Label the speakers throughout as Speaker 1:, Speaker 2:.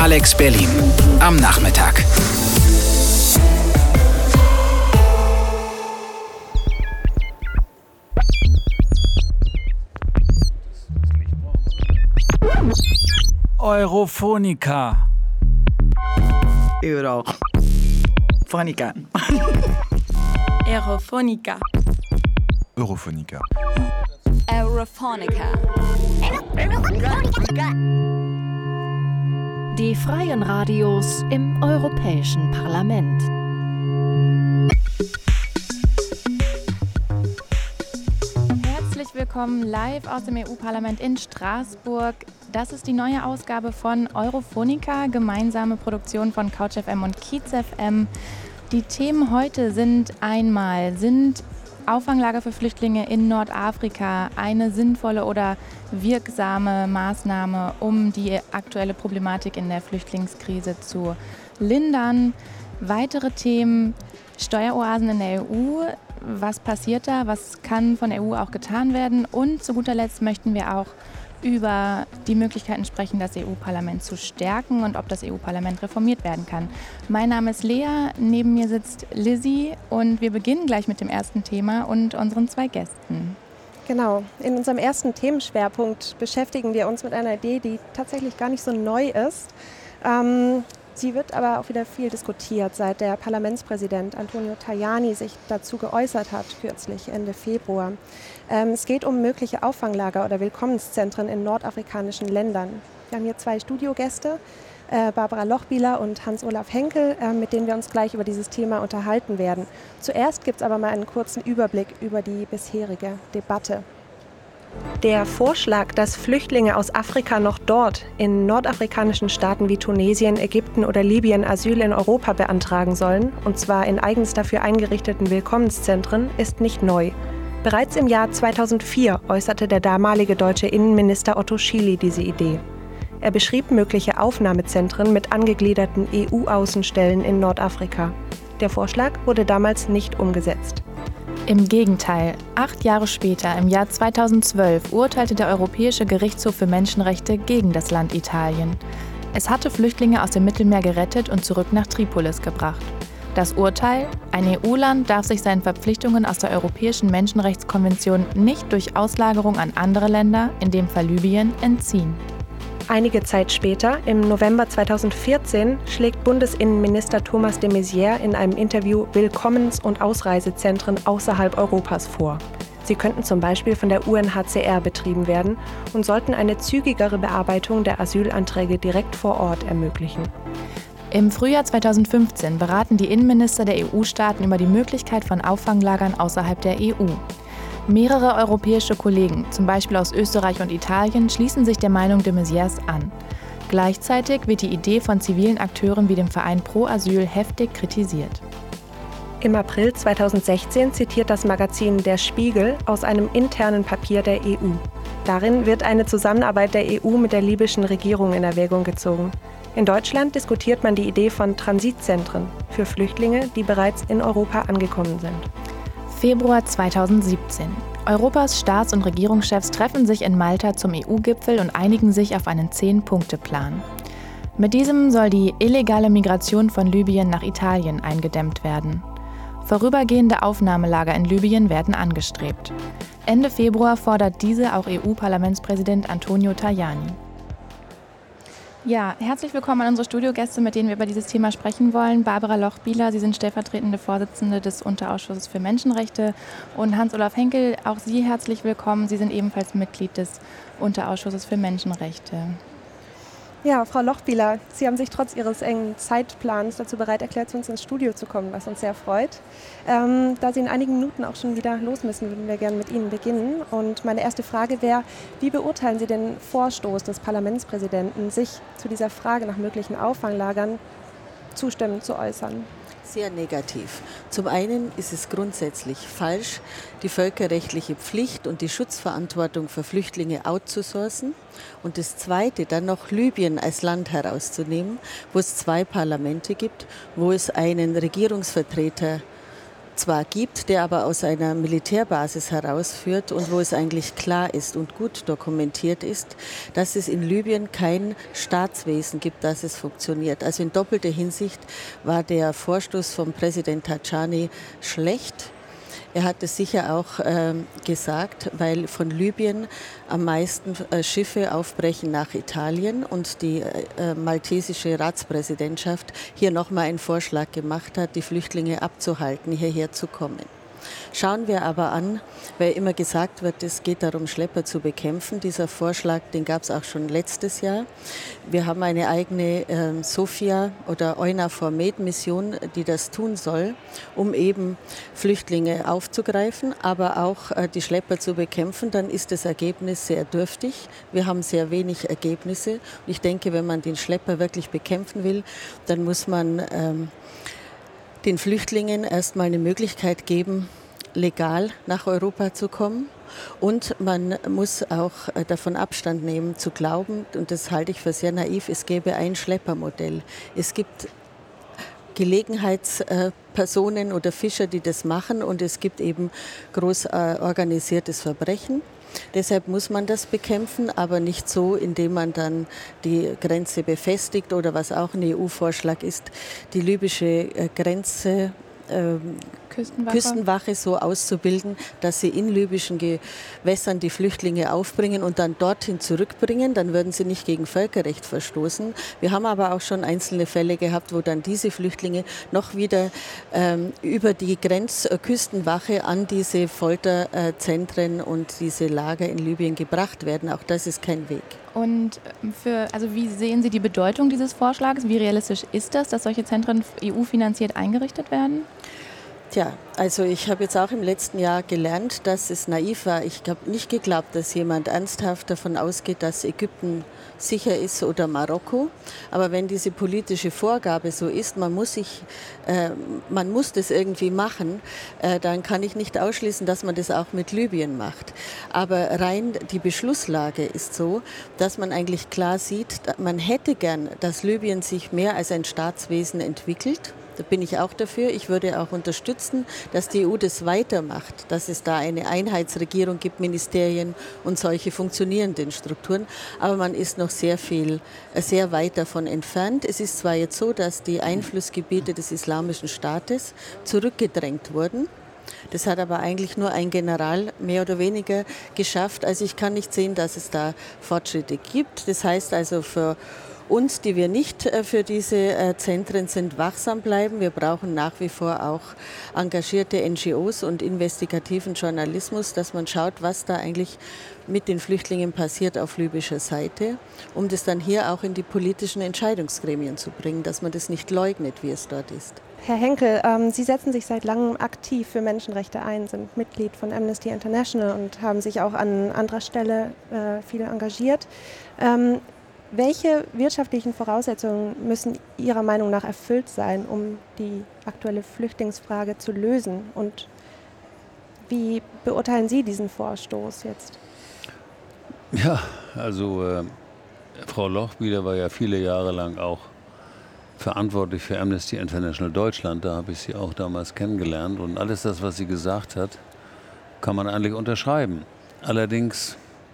Speaker 1: Alex Berlin am Nachmittag.
Speaker 2: Europhonica.
Speaker 3: Europhonica.
Speaker 4: Europhonica.
Speaker 5: Europhonica.
Speaker 4: Europhonica.
Speaker 6: Die freien Radios im Europäischen Parlament.
Speaker 4: Herzlich willkommen live aus dem EU-Parlament in Straßburg. Das ist die neue Ausgabe von Europhonica, gemeinsame Produktion von Couch FM und Kiez FM. Die Themen heute sind Auffanglager für Flüchtlinge in Nordafrika, eine sinnvolle oder wirksame Maßnahme, um die aktuelle Problematik in der Flüchtlingskrise zu lindern. Weitere Themen: Steueroasen in der EU. Was passiert da? Was kann von der EU auch getan werden? Und zu guter Letzt möchten wir auch über die Möglichkeiten sprechen, das EU-Parlament zu stärken und ob das EU-Parlament reformiert werden kann. Mein Name ist Lea, neben mir sitzt Lizzie und wir beginnen gleich mit dem ersten Thema und unseren zwei Gästen.
Speaker 7: Genau, in unserem ersten Themenschwerpunkt beschäftigen wir uns mit einer Idee, die tatsächlich gar nicht so neu ist. Sie wird aber auch wieder viel diskutiert, seit der Parlamentspräsident Antonio Tajani sich dazu geäußert hat, kürzlich Ende Februar. Es geht um mögliche Auffanglager oder Willkommenszentren in nordafrikanischen Ländern. Wir haben hier zwei Studiogäste, Barbara Lochbihler und Hans-Olaf Henkel, mit denen wir uns gleich über dieses Thema unterhalten werden. Zuerst gibt es aber mal einen kurzen Überblick über die bisherige Debatte. Der Vorschlag, dass Flüchtlinge aus Afrika noch dort in nordafrikanischen Staaten wie Tunesien, Ägypten oder Libyen Asyl in Europa beantragen sollen, und zwar in eigens dafür eingerichteten Willkommenszentren, ist nicht neu. Bereits im Jahr 2004 äußerte der damalige deutsche Innenminister Otto Schily diese Idee. Er beschrieb mögliche Aufnahmezentren mit angegliederten EU-Außenstellen in Nordafrika. Der Vorschlag wurde damals nicht umgesetzt.
Speaker 4: Im Gegenteil, 8 Jahre später, im Jahr 2012, urteilte der Europäische Gerichtshof für Menschenrechte gegen das Land Italien. Es hatte Flüchtlinge aus dem Mittelmeer gerettet und zurück nach Tripolis gebracht. Das Urteil: Ein EU-Land darf sich seinen Verpflichtungen aus der Europäischen Menschenrechtskonvention nicht durch Auslagerung an andere Länder, in dem Fall Libyen, entziehen.
Speaker 7: Einige Zeit später, im November 2014, schlägt Bundesinnenminister Thomas de Maizière in einem Interview Willkommens- und Ausreisezentren außerhalb Europas vor. Sie könnten zum Beispiel von der UNHCR betrieben werden und sollten eine zügigere Bearbeitung der Asylanträge direkt vor Ort ermöglichen.
Speaker 4: Im Frühjahr 2015 beraten die Innenminister der EU-Staaten über die Möglichkeit von Auffanglagern außerhalb der EU. Mehrere europäische Kollegen, zum Beispiel aus Österreich und Italien, schließen sich der Meinung de Maizières an. Gleichzeitig wird die Idee von zivilen Akteuren wie dem Verein Pro Asyl heftig kritisiert.
Speaker 7: Im April 2016 zitiert das Magazin Der Spiegel aus einem internen Papier der EU. Darin wird eine Zusammenarbeit der EU mit der libyschen Regierung in Erwägung gezogen. In Deutschland diskutiert man die Idee von Transitzentren für Flüchtlinge, die bereits in Europa angekommen sind.
Speaker 4: Februar 2017. Europas Staats- und Regierungschefs treffen sich in Malta zum EU-Gipfel und einigen sich auf einen 10-Punkte-Plan. Mit diesem soll die illegale Migration von Libyen nach Italien eingedämmt werden. Vorübergehende Aufnahmelager in Libyen werden angestrebt. Ende Februar fordert diese auch EU-Parlamentspräsident Antonio Tajani. Ja, herzlich willkommen an unsere Studiogäste, mit denen wir über dieses Thema sprechen wollen. Barbara Lochbihler, Sie sind stellvertretende Vorsitzende des Unterausschusses für Menschenrechte, und Hans-Olaf Henkel, auch Sie herzlich willkommen. Sie sind ebenfalls Mitglied des Unterausschusses für Menschenrechte.
Speaker 7: Ja, Frau Lochbihler, Sie haben sich trotz Ihres engen Zeitplans dazu bereit erklärt, zu uns ins Studio zu kommen, was uns sehr freut. Da Sie in einigen Minuten auch schon wieder los müssen, würden wir gerne mit Ihnen beginnen. Und meine erste Frage wäre: Wie beurteilen Sie den Vorstoß des Parlamentspräsidenten, sich zu dieser Frage nach möglichen Auffanglagern zustimmend zu äußern?
Speaker 8: Sehr negativ. Zum einen ist es grundsätzlich falsch, die völkerrechtliche Pflicht und die Schutzverantwortung für Flüchtlinge outzusourcen. Und das Zweite, dann noch Libyen als Land herauszunehmen, wo es 2 Parlamente gibt, wo es einen Regierungsvertreter zwar gibt, der aber aus einer Militärbasis herausführt und wo es eigentlich klar ist und gut dokumentiert ist, dass es in Libyen kein Staatswesen gibt, dass es funktioniert. Also in doppelter Hinsicht war der Vorstoß vom Präsident Tajani schlecht. Er hat es sicher auch gesagt, weil von Libyen am meisten Schiffe aufbrechen nach Italien und die maltesische Ratspräsidentschaft hier nochmal einen Vorschlag gemacht hat, die Flüchtlinge abzuhalten, hierher zu kommen. Schauen wir aber an, weil immer gesagt wird, es geht darum, Schlepper zu bekämpfen. Dieser Vorschlag, den gab es auch schon letztes Jahr. Wir haben eine eigene Sophia oder EUNAVFOR-Med-Mission, die das tun soll, um eben Flüchtlinge aufzugreifen, aber auch die Schlepper zu bekämpfen. Dann ist das Ergebnis sehr dürftig. Wir haben sehr wenig Ergebnisse. Und ich denke, wenn man den Schlepper wirklich bekämpfen will, dann muss man den Flüchtlingen erstmal eine Möglichkeit geben, legal nach Europa zu kommen. Und man muss auch davon Abstand nehmen, zu glauben, und das halte ich für sehr naiv, es gäbe ein Schleppermodell. Es gibt Gelegenheitspersonen oder Fischer, die das machen, und es gibt eben groß organisiertes Verbrechen. Deshalb muss man das bekämpfen, aber nicht so, indem man dann die Grenze befestigt oder was auch ein EU-Vorschlag ist, die libysche Grenze Küstenwache so auszubilden, dass sie in libyschen Gewässern die Flüchtlinge aufbringen und dann dorthin zurückbringen. Dann würden sie nicht gegen Völkerrecht verstoßen. Wir haben aber auch schon einzelne Fälle gehabt, wo dann diese Flüchtlinge noch wieder über die Küstenwache an diese Folterzentren und diese Lager in Libyen gebracht werden. Auch das ist kein Weg.
Speaker 4: Und wie sehen Sie die Bedeutung dieses Vorschlags? Wie realistisch ist das, dass solche Zentren EU-finanziert eingerichtet werden?
Speaker 8: Tja, also ich habe jetzt auch im letzten Jahr gelernt, dass es naiv war. Ich habe nicht geglaubt, dass jemand ernsthaft davon ausgeht, dass Ägypten sicher ist oder Marokko. Aber wenn diese politische Vorgabe so ist, man muss das irgendwie machen, dann kann ich nicht ausschließen, dass man das auch mit Libyen macht. Aber rein die Beschlusslage ist so, dass man eigentlich klar sieht, man hätte gern, dass Libyen sich mehr als ein Staatswesen entwickelt. Da bin ich auch dafür. Ich würde auch unterstützen, dass die EU das weitermacht, dass es da eine Einheitsregierung gibt, Ministerien und solche funktionierenden Strukturen. Aber man ist noch sehr weit davon entfernt. Es ist zwar jetzt so, dass die Einflussgebiete des Islamischen Staates zurückgedrängt wurden. Das hat aber eigentlich nur ein General mehr oder weniger geschafft. Also ich kann nicht sehen, dass es da Fortschritte gibt. Das heißt also für uns, die wir nicht für diese Zentren sind, wachsam bleiben. Wir brauchen nach wie vor auch engagierte NGOs und investigativen Journalismus, dass man schaut, was da eigentlich mit den Flüchtlingen passiert auf libyscher Seite, um das dann hier auch in die politischen Entscheidungsgremien zu bringen, dass man das nicht leugnet, wie es dort ist.
Speaker 7: Herr Henkel, Sie setzen sich seit langem aktiv für Menschenrechte ein, sind Mitglied von Amnesty International und haben sich auch an anderer Stelle viel engagiert. Welche wirtschaftlichen Voraussetzungen müssen Ihrer Meinung nach erfüllt sein, um die aktuelle Flüchtlingsfrage zu lösen? Und wie beurteilen Sie diesen Vorstoß jetzt?
Speaker 2: Ja, also Frau Lochbihler war ja viele Jahre lang auch verantwortlich für Amnesty International Deutschland. Da habe ich sie auch damals kennengelernt. Und alles das, was sie gesagt hat, kann man eigentlich unterschreiben. Allerdings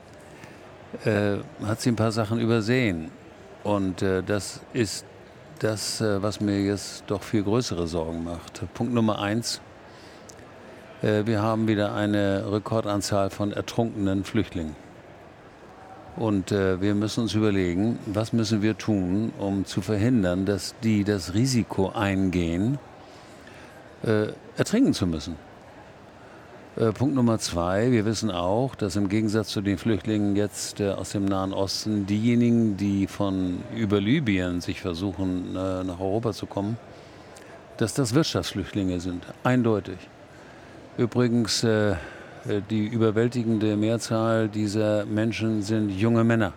Speaker 2: hat sie ein paar Sachen übersehen. Und das ist das, was mir jetzt doch viel größere Sorgen macht. Punkt Nummer 1. Wir haben wieder eine Rekordanzahl von ertrunkenen Flüchtlingen. Und wir müssen uns überlegen, was müssen wir tun, um zu verhindern, dass die das Risiko eingehen, ertrinken zu müssen. Punkt Nummer 2, wir wissen auch, dass im Gegensatz zu den Flüchtlingen jetzt aus dem Nahen Osten diejenigen, die über Libyen sich versuchen, nach Europa zu kommen, dass das Wirtschaftsflüchtlinge sind, eindeutig. Übrigens, die überwältigende Mehrzahl dieser Menschen sind junge Männer.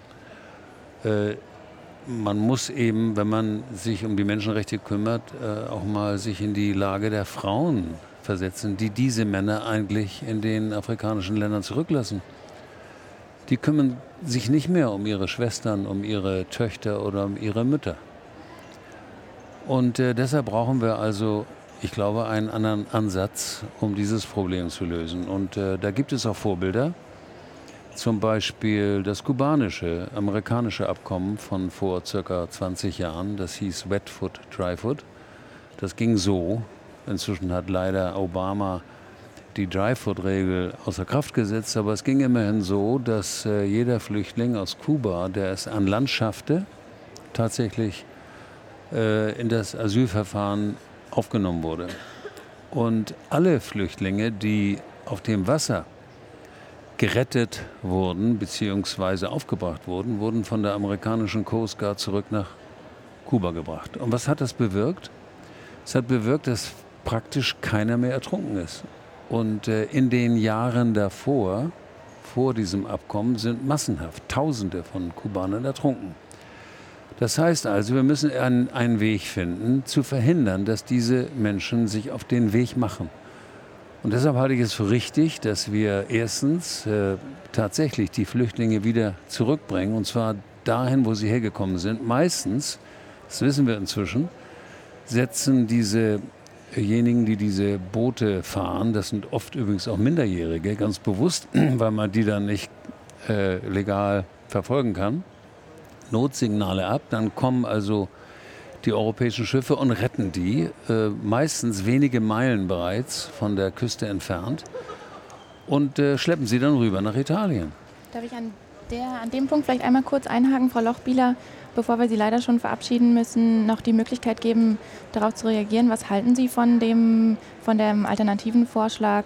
Speaker 2: Man muss eben, wenn man sich um die Menschenrechte kümmert, auch mal sich in die Lage der Frauen versetzen, die diese Männer eigentlich in den afrikanischen Ländern zurücklassen. Die kümmern sich nicht mehr um ihre Schwestern, um ihre Töchter oder um ihre Mütter. Und deshalb brauchen wir also ich glaube, einen anderen Ansatz, um dieses Problem zu lösen. Und da gibt es auch Vorbilder. Zum Beispiel das kubanische, amerikanische Abkommen von vor circa 20 Jahren. Das hieß Wet Foot, Dry Foot. Das ging so. Inzwischen hat leider Obama die Dry-Foot-Regel außer Kraft gesetzt. Aber es ging immerhin so, dass jeder Flüchtling aus Kuba, der es an Land schaffte, tatsächlich in das Asylverfahren aufgenommen wurde. Und alle Flüchtlinge, die auf dem Wasser gerettet wurden bzw. aufgebracht wurden, wurden von der amerikanischen Coast Guard zurück nach Kuba gebracht. Und was hat das bewirkt? Es hat bewirkt, dass praktisch keiner mehr ertrunken ist. Und in den Jahren davor, vor diesem Abkommen, sind massenhaft Tausende von Kubanern ertrunken. Das heißt also, wir müssen einen Weg finden, zu verhindern, dass diese Menschen sich auf den Weg machen. Und deshalb halte ich es für richtig, dass wir erstens tatsächlich die Flüchtlinge wieder zurückbringen, und zwar dahin, wo sie hergekommen sind. Meistens, das wissen wir inzwischen, setzen diejenigen, die diese Boote fahren, das sind oft übrigens auch Minderjährige, ganz bewusst, weil man die dann nicht legal verfolgen kann, Notsignale ab, dann kommen also die europäischen Schiffe und retten die, meistens wenige Meilen bereits von der Küste entfernt, und schleppen sie dann rüber nach Italien.
Speaker 4: Darf ich an dem Punkt vielleicht einmal kurz einhaken, Frau Lochbihler, bevor wir Sie leider schon verabschieden müssen, noch die Möglichkeit geben, darauf zu reagieren. Was halten Sie von dem alternativen Vorschlag,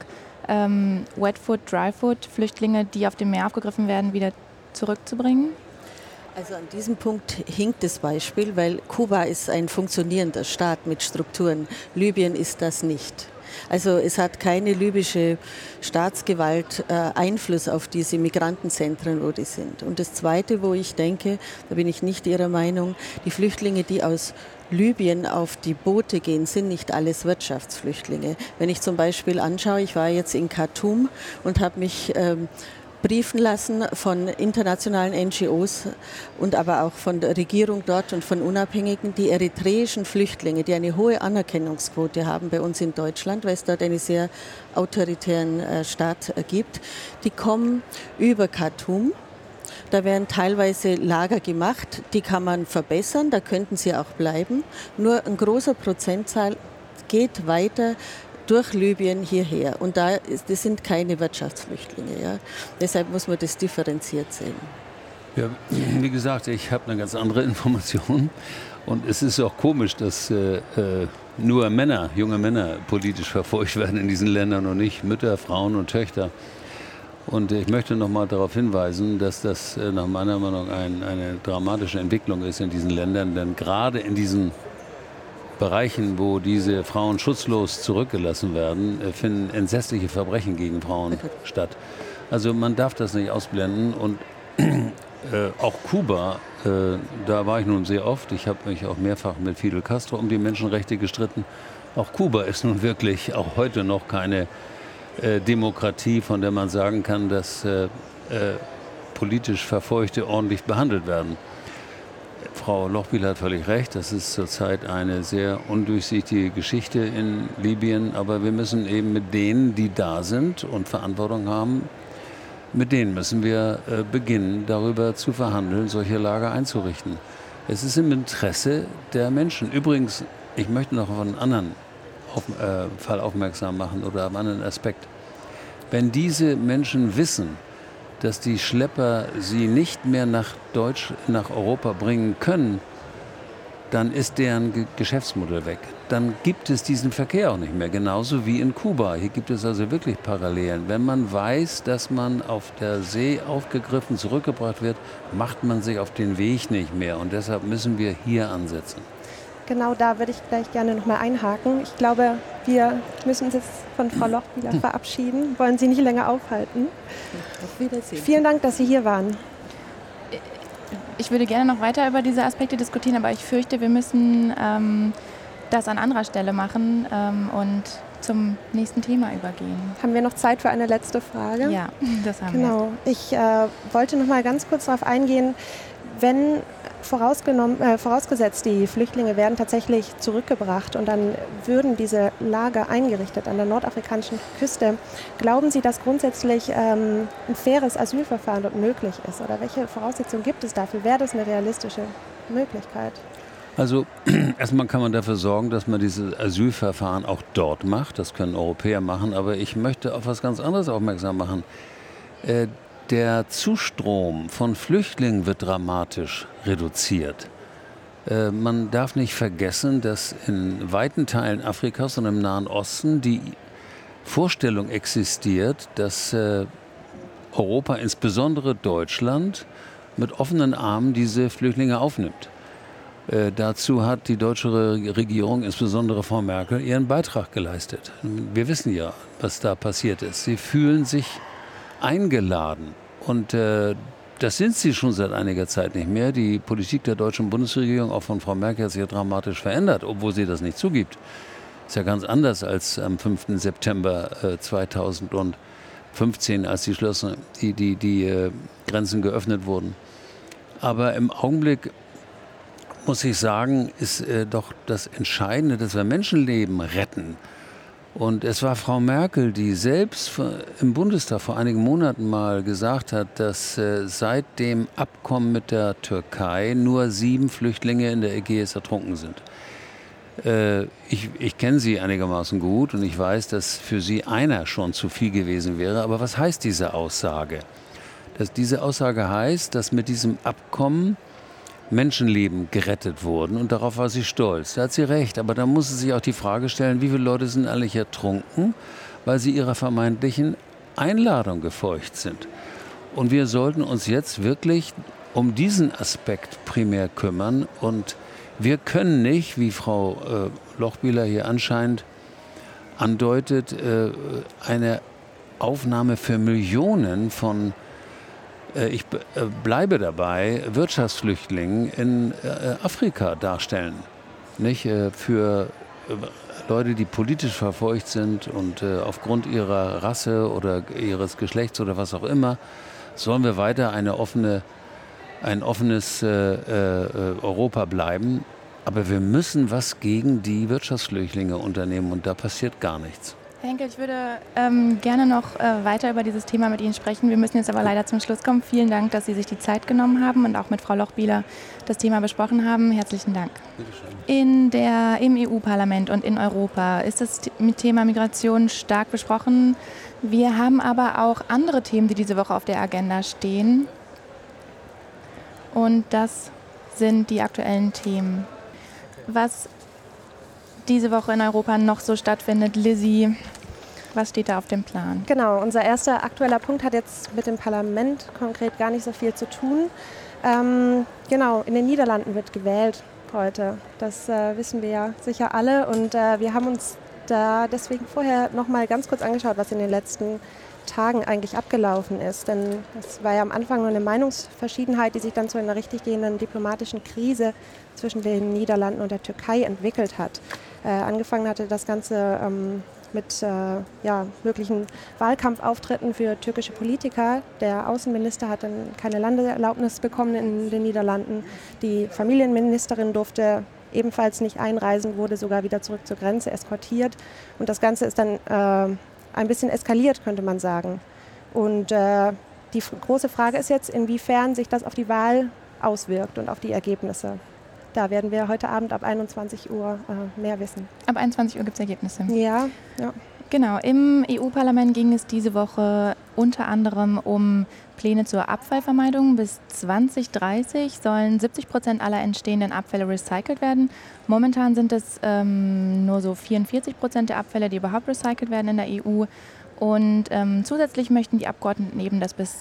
Speaker 4: Wet Foot, Dry Foot, Flüchtlinge, die auf dem Meer aufgegriffen werden, wieder zurückzubringen?
Speaker 8: Also an diesem Punkt hinkt das Beispiel, weil Kuba ist ein funktionierender Staat mit Strukturen. Libyen ist das nicht. Also es hat keine libysche Staatsgewalt Einfluss auf diese Migrantenzentren, wo die sind. Und das Zweite, wo ich denke, da bin ich nicht Ihrer Meinung, die Flüchtlinge, die aus Libyen auf die Boote gehen, sind nicht alles Wirtschaftsflüchtlinge. Wenn ich zum Beispiel anschaue, ich war jetzt in Khartoum und habe mich briefen lassen von internationalen NGOs und aber auch von der Regierung dort und von Unabhängigen, die eritreischen Flüchtlinge, die eine hohe Anerkennungsquote haben bei uns in Deutschland, weil es dort einen sehr autoritären Staat gibt, die kommen über Khartoum. Da werden teilweise Lager gemacht, die kann man verbessern, da könnten sie auch bleiben. Nur ein großer Prozentzahl geht weiter durch Libyen hierher. Und das sind keine Wirtschaftsflüchtlinge. Ja. Deshalb muss man das differenziert sehen.
Speaker 2: Ja, wie gesagt, ich habe eine ganz andere Information. Und es ist auch komisch, dass nur Männer, junge Männer politisch verfolgt werden in diesen Ländern und nicht Mütter, Frauen und Töchter. Und ich möchte noch mal darauf hinweisen, dass das nach meiner Meinung eine dramatische Entwicklung ist in diesen Ländern. Denn gerade in diesen Bereichen, wo diese Frauen schutzlos zurückgelassen werden, finden entsetzliche Verbrechen gegen Frauen statt. Also man darf das nicht ausblenden. Und auch Kuba, da war ich nun sehr oft, ich habe mich auch mehrfach mit Fidel Castro um die Menschenrechte gestritten. Auch Kuba ist nun wirklich auch heute noch keine Demokratie, von der man sagen kann, dass politisch Verfolgte ordentlich behandelt werden. Frau Lochbihler hat völlig recht, das ist zurzeit eine sehr undurchsichtige Geschichte in Libyen, aber wir müssen eben mit denen, die da sind und Verantwortung haben, mit denen müssen wir beginnen, darüber zu verhandeln, solche Lager einzurichten. Es ist im Interesse der Menschen. Übrigens, ich möchte noch auf einen anderen Fall aufmerksam machen oder auf einen anderen Aspekt. Wenn diese Menschen wissen, dass die Schlepper sie nicht mehr nach Europa bringen können, dann ist deren Geschäftsmodell weg. Dann gibt es diesen Verkehr auch nicht mehr, genauso wie in Kuba. Hier gibt es also wirklich Parallelen. Wenn man weiß, dass man auf der See aufgegriffen, zurückgebracht wird, macht man sich auf den Weg nicht mehr. Und deshalb müssen wir hier ansetzen.
Speaker 7: Genau da würde ich gleich gerne nochmal einhaken. Ich glaube, wir müssen uns jetzt von Frau Lochbihler verabschieden, wollen Sie nicht länger aufhalten.
Speaker 8: Auf Wiedersehen.
Speaker 7: Vielen Dank, dass Sie hier waren.
Speaker 4: Ich würde gerne noch weiter über diese Aspekte diskutieren, aber ich fürchte, wir müssen das an anderer Stelle machen und zum nächsten Thema übergehen.
Speaker 7: Haben wir noch Zeit für eine letzte Frage?
Speaker 4: Ja, das haben wir.
Speaker 7: Genau. Ich wollte noch mal ganz kurz darauf eingehen, wenn vorausgesetzt, die Flüchtlinge werden tatsächlich zurückgebracht und dann würden diese Lager eingerichtet an der nordafrikanischen Küste. Glauben Sie, dass grundsätzlich ein faires Asylverfahren dort möglich ist? Oder welche Voraussetzungen gibt es dafür? Wäre das eine realistische Möglichkeit?
Speaker 2: Also erstmal kann man dafür sorgen, dass man dieses Asylverfahren auch dort macht. Das können Europäer machen, aber ich möchte auf was ganz anderes aufmerksam machen. Der Zustrom von Flüchtlingen wird dramatisch reduziert. Man darf nicht vergessen, dass in weiten Teilen Afrikas und im Nahen Osten die Vorstellung existiert, dass Europa, insbesondere Deutschland, mit offenen Armen diese Flüchtlinge aufnimmt. Dazu hat die deutsche Regierung, insbesondere Frau Merkel, ihren Beitrag geleistet. Wir wissen ja, was da passiert ist. Sie fühlen sich eingeladen. Und das sind sie schon seit einiger Zeit nicht mehr. Die Politik der deutschen Bundesregierung, auch von Frau Merkel, hat sich ja dramatisch verändert, obwohl sie das nicht zugibt. Ist ja ganz anders als am 5. September 2015, als die Grenzen geöffnet wurden. Aber im Augenblick, muss ich sagen, ist doch das Entscheidende, dass wir Menschenleben retten. Und es war Frau Merkel, die selbst im Bundestag vor einigen Monaten mal gesagt hat, dass seit dem Abkommen mit der Türkei nur 7 Flüchtlinge in der Ägäis ertrunken sind. Ich kenne sie einigermaßen gut und ich weiß, dass für sie einer schon zu viel gewesen wäre. Aber was heißt diese Aussage? Diese Aussage heißt, dass mit diesem Abkommen Menschenleben gerettet wurden und darauf war sie stolz. Da hat sie recht, aber da muss sie sich auch die Frage stellen, wie viele Leute sind eigentlich ertrunken, weil sie ihrer vermeintlichen Einladung gefolgt sind. Und wir sollten uns jetzt wirklich um diesen Aspekt primär kümmern und wir können nicht, wie Frau Lochbihler hier anscheinend andeutet, eine Aufnahme für Millionen von ich bleibe dabei, Wirtschaftsflüchtlingen in Afrika darstellen. Nicht für Leute, die politisch verfolgt sind und aufgrund ihrer Rasse oder ihres Geschlechts oder was auch immer, sollen wir weiter ein offenes Europa bleiben. Aber wir müssen was gegen die Wirtschaftsflüchtlinge unternehmen und da passiert gar nichts.
Speaker 4: Herr Henkel, ich würde gerne noch weiter über dieses Thema mit Ihnen sprechen. Wir müssen jetzt aber leider zum Schluss kommen. Vielen Dank, dass Sie sich die Zeit genommen haben und auch mit Frau Lochbihler das Thema besprochen haben. Herzlichen Dank. Im EU-Parlament und in Europa ist das Thema Migration stark besprochen. Wir haben aber auch andere Themen, die diese Woche auf der Agenda stehen. Und das sind die aktuellen Themen. Was diese Woche in Europa noch so stattfindet. Lizzie, was steht da auf dem Plan?
Speaker 7: Genau, unser erster aktueller Punkt hat jetzt mit dem Parlament konkret gar nicht so viel zu tun. Genau, in den Niederlanden wird gewählt heute. Das wissen wir ja sicher alle. Und wir haben uns da deswegen vorher noch mal ganz kurz angeschaut, was in den letzten Tagen eigentlich abgelaufen ist. Denn es war ja am Anfang nur eine Meinungsverschiedenheit, die sich dann zu einer richtig gehenden diplomatischen Krise zwischen den Niederlanden und der Türkei entwickelt hat. Angefangen hatte das Ganze mit möglichen Wahlkampfauftritten für türkische Politiker. Der Außenminister hat dann keine Landeerlaubnis bekommen in den Niederlanden. Die Familienministerin durfte ebenfalls nicht einreisen, wurde sogar wieder zurück zur Grenze eskortiert. Und das Ganze ist dann ein bisschen eskaliert, könnte man sagen. Und die große Frage ist jetzt, inwiefern sich das auf die Wahl auswirkt und auf die Ergebnisse. Da werden wir heute Abend ab 21 Uhr mehr wissen.
Speaker 4: Ab 21 Uhr gibt es Ergebnisse?
Speaker 7: Ja.
Speaker 4: Genau, im EU-Parlament ging es diese Woche unter anderem um Pläne zur Abfallvermeidung. Bis 2030 sollen 70% aller entstehenden Abfälle recycelt werden. Momentan sind es nur so 44% der Abfälle, die überhaupt recycelt werden in der EU. Und zusätzlich möchten die Abgeordneten eben, dass bis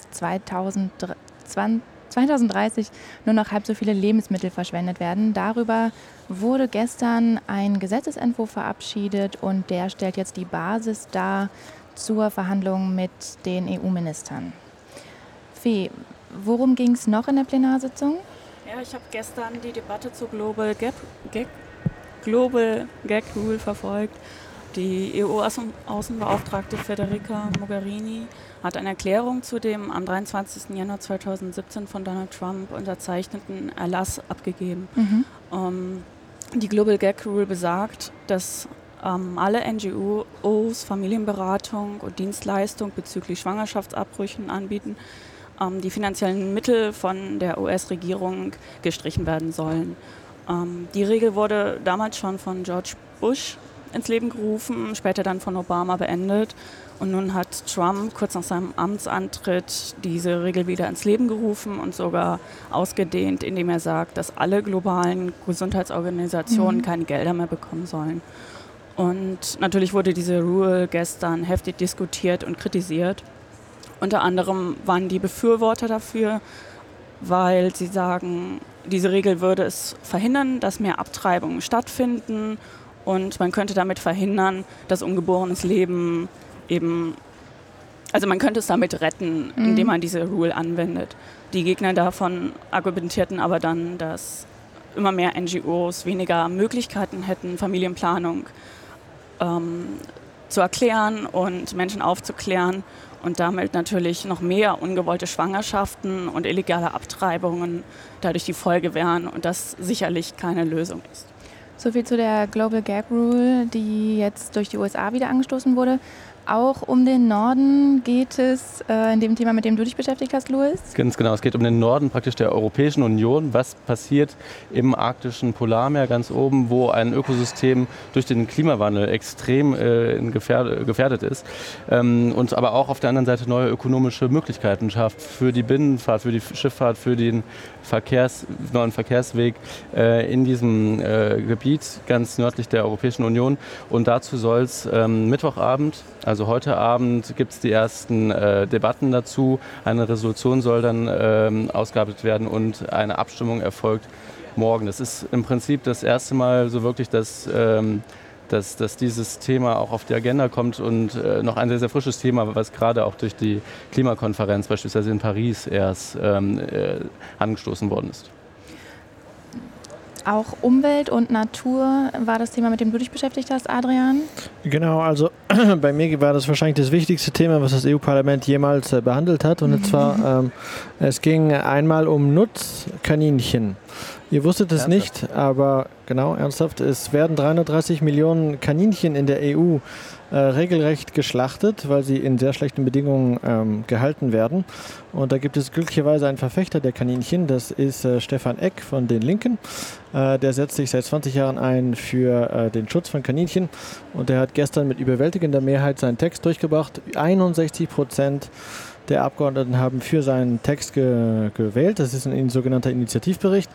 Speaker 4: 2030 nur noch halb so viele Lebensmittel verschwendet werden. Darüber wurde gestern ein Gesetzesentwurf verabschiedet und der stellt jetzt die Basis dar zur Verhandlung mit den EU-Ministern. Fee, worum ging es noch in der Plenarsitzung?
Speaker 9: Ja, ich habe gestern die Debatte zur Global Gag Rule verfolgt. Die EU-Außenbeauftragte Federica Mogherini hat eine Erklärung zu dem am 23. Januar 2017 von Donald Trump unterzeichneten Erlass abgegeben. Die Global Gag Rule besagt, dass alle NGOs Familienberatung und Dienstleistung bezüglich Schwangerschaftsabbrüchen anbieten, die finanziellen Mittel von der US-Regierung gestrichen werden sollen. Die Regel wurde damals schon von George Bush ins Leben gerufen, später dann von Obama beendet. Und nun hat Trump kurz nach seinem Amtsantritt diese Regel wieder ins Leben gerufen und sogar ausgedehnt, indem er sagt, dass alle globalen Gesundheitsorganisationen keine Gelder mehr bekommen sollen. Und natürlich wurde diese Rule gestern heftig diskutiert und kritisiert. Unter anderem waren die Befürworter dafür, weil sie sagen, diese Regel würde es verhindern, dass mehr Abtreibungen stattfinden und man könnte damit verhindern, dass ungeborenes Leben also man könnte es damit retten, indem man diese Rule anwendet. Die Gegner davon argumentierten aber dann, dass immer mehr NGOs weniger Möglichkeiten hätten, Familienplanung zu erklären und Menschen aufzuklären und damit natürlich noch mehr ungewollte Schwangerschaften und illegale Abtreibungen dadurch die Folge wären und das sicherlich keine Lösung ist.
Speaker 4: Soviel zu der Global Gag Rule, die jetzt durch die USA wieder angestoßen wurde. Auch um den Norden geht es in dem Thema, mit dem du dich beschäftigt hast, Louis?
Speaker 10: Ganz genau, es geht um den Norden praktisch der Europäischen Union. Was passiert im arktischen Polarmeer ganz oben, wo ein Ökosystem durch den Klimawandel extrem gefährdet ist und aber auch auf der anderen Seite neue ökonomische Möglichkeiten schafft für die Binnenfahrt, für die Schifffahrt, für den neuen Verkehrsweg in diesem Gebiet ganz nördlich der Europäischen Union. Und dazu soll es Mittwochabend, also heute Abend, gibt es die ersten Debatten dazu. Eine Resolution soll dann ausgearbeitet werden und eine Abstimmung erfolgt morgen. Das ist im Prinzip das erste Mal so wirklich, dass dieses Thema auch auf die Agenda kommt und noch ein sehr, sehr frisches Thema, was gerade auch durch die Klimakonferenz beispielsweise in Paris erst angestoßen worden ist.
Speaker 4: Auch Umwelt und Natur war das Thema, mit dem du dich beschäftigt hast, Adrian?
Speaker 11: Genau, also bei mir war das wahrscheinlich das wichtigste Thema, was das EU-Parlament jemals behandelt hat. Und zwar, es ging einmal um Nutzkaninchen. Ihr wusstet es nicht, aber genau, ernsthaft, es werden 330 Millionen Kaninchen in der EU regelrecht geschlachtet, weil sie in sehr schlechten Bedingungen gehalten werden. Und da gibt es glücklicherweise einen Verfechter der Kaninchen, das ist Stefan Eck von den Linken. Der setzt sich seit 20 Jahren ein für den Schutz von Kaninchen und der hat gestern mit überwältigender Mehrheit seinen Text durchgebracht. 61% der Abgeordneten haben für seinen Text gewählt. Das ist ein sogenannter Initiativbericht.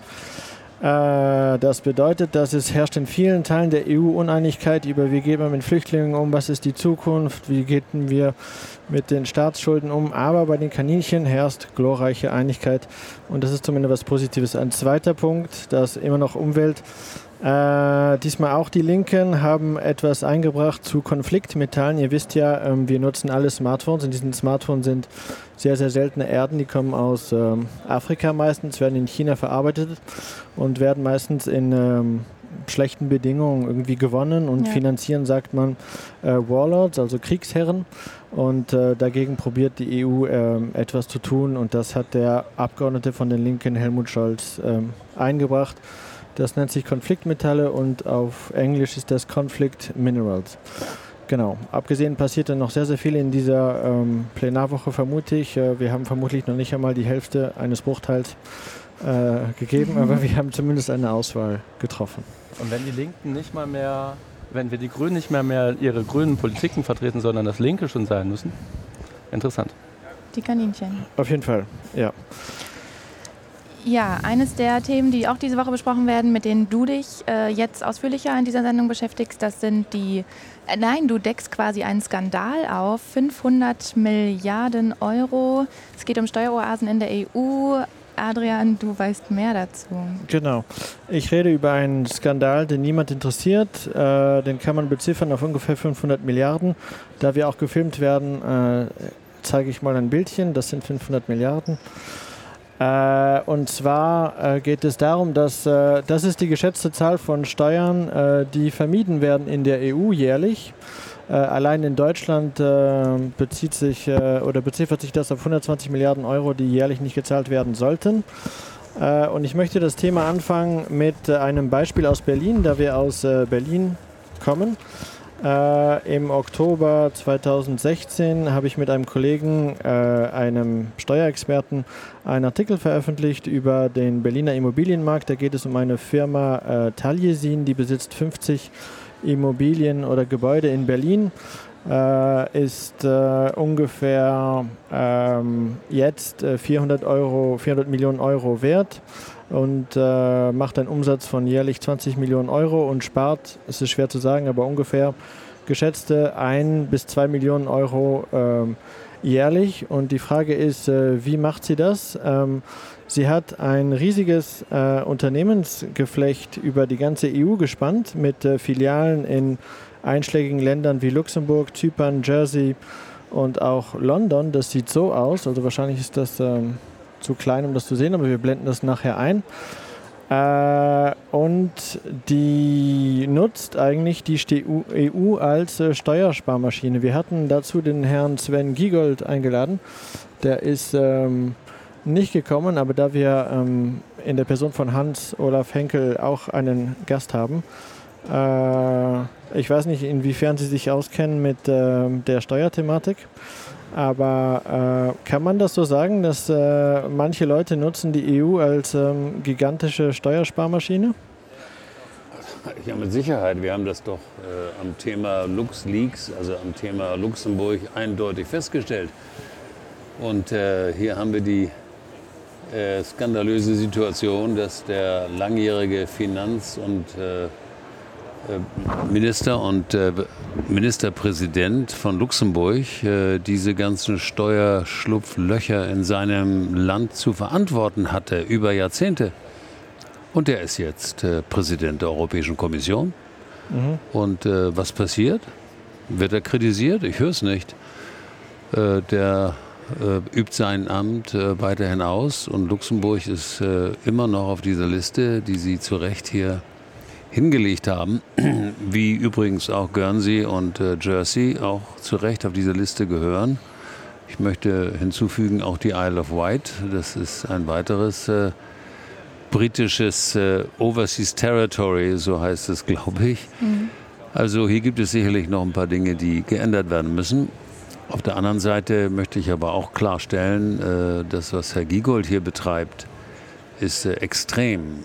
Speaker 11: Das bedeutet, dass es herrscht in vielen Teilen der EU Uneinigkeit über, wie geht man mit Flüchtlingen um, was ist die Zukunft, wie gehen wir mit den Staatsschulden um. Aber bei den Kaninchen herrscht glorreiche Einigkeit und das ist zumindest was Positives. Ein zweiter Punkt, das immer noch Umwelt. Diesmal auch die Linken haben etwas eingebracht zu Konfliktmetallen. Ihr wisst ja, wir nutzen alle Smartphones. In diesen Smartphones sind sehr, sehr seltene Erden, die kommen aus Afrika meistens, werden in China verarbeitet und werden meistens in schlechten Bedingungen irgendwie gewonnen und finanzieren, sagt man, Warlords, also Kriegsherren. Und dagegen probiert die EU etwas zu tun und das hat der Abgeordnete von den Linken, Helmut Scholz, eingebracht. Das nennt sich Konfliktmetalle und auf Englisch ist das Conflict Minerals. Genau. Abgesehen passiert dann noch sehr, sehr viel in dieser Plenarwoche, vermute ich. Wir haben vermutlich noch nicht einmal die Hälfte eines Bruchteils gegeben, aber wir haben zumindest eine Auswahl getroffen.
Speaker 10: Und wenn die Linken wenn wir die Grünen nicht mehr ihre grünen Politiken vertreten, sondern das Linke schon sein müssen? Interessant.
Speaker 4: Die Kaninchen.
Speaker 11: Auf jeden Fall, ja.
Speaker 4: Ja, eines der Themen, die auch diese Woche besprochen werden, mit denen du dich jetzt ausführlicher in dieser Sendung beschäftigst, das sind du deckst quasi einen Skandal auf, 500 Milliarden Euro. Es geht um Steueroasen in der EU. Adrian, du weißt mehr dazu.
Speaker 11: Genau. Ich rede über einen Skandal, den niemand interessiert. Den kann man beziffern auf ungefähr 500 Milliarden. Da wir auch gefilmt werden, zeige ich mal ein Bildchen. Das sind 500 Milliarden. Und zwar geht es darum, dass das ist die geschätzte Zahl von Steuern, die vermieden werden in der EU jährlich. Allein in Deutschland beziffert sich das auf 120 Milliarden Euro, die jährlich nicht gezahlt werden sollten. Und ich möchte das Thema anfangen mit einem Beispiel aus Berlin, da wir aus Berlin kommen. Im Oktober 2016 habe ich mit einem Kollegen, einem Steuerexperten, einen Artikel veröffentlicht über den Berliner Immobilienmarkt. Da geht es um eine Firma Taliesin, die besitzt 50 Immobilien oder Gebäude in Berlin, ist ungefähr jetzt 400 Millionen Euro wert und macht einen Umsatz von jährlich 20 Millionen Euro und spart, es ist schwer zu sagen, aber ungefähr geschätzte 1 bis 2 Millionen Euro jährlich. Und die Frage ist, wie macht sie das? Sie hat ein riesiges Unternehmensgeflecht über die ganze EU gespannt mit Filialen in einschlägigen Ländern wie Luxemburg, Zypern, Jersey und auch London. Das sieht so aus, also wahrscheinlich ist das zu klein, um das zu sehen, aber wir blenden das nachher ein. Und die nutzt eigentlich die EU als Steuersparmaschine. Wir hatten dazu den Herrn Sven Giegold eingeladen. Der ist nicht gekommen, aber da wir in der Person von Hans-Olaf Henkel auch einen Gast haben, ich weiß nicht, inwiefern Sie sich auskennen mit der Steuerthematik, aber kann man das so sagen, dass manche Leute nutzen die EU als gigantische Steuersparmaschine?
Speaker 2: Ja, mit Sicherheit. Wir haben das doch am Thema LuxLeaks, also am Thema Luxemburg, eindeutig festgestellt. Und hier haben wir die skandalöse Situation, dass der langjährige Finanz- und Minister und Ministerpräsident von Luxemburg diese ganzen Steuerschlupflöcher in seinem Land zu verantworten hatte über Jahrzehnte. Und er ist jetzt Präsident der Europäischen Kommission. Und was passiert? Wird er kritisiert? Ich höre es nicht. Der übt sein Amt weiterhin aus und Luxemburg ist immer noch auf dieser Liste, die Sie zu Recht hier hingelegt haben, wie übrigens auch Guernsey und Jersey auch zu Recht auf diese Liste gehören. Ich möchte hinzufügen auch die Isle of Wight. Das ist ein weiteres britisches Overseas Territory, so heißt es, glaube ich. Also hier gibt es sicherlich noch ein paar Dinge, die geändert werden müssen. Auf der anderen Seite möchte ich aber auch klarstellen, das, was Herr Giegold hier betreibt, ist extrem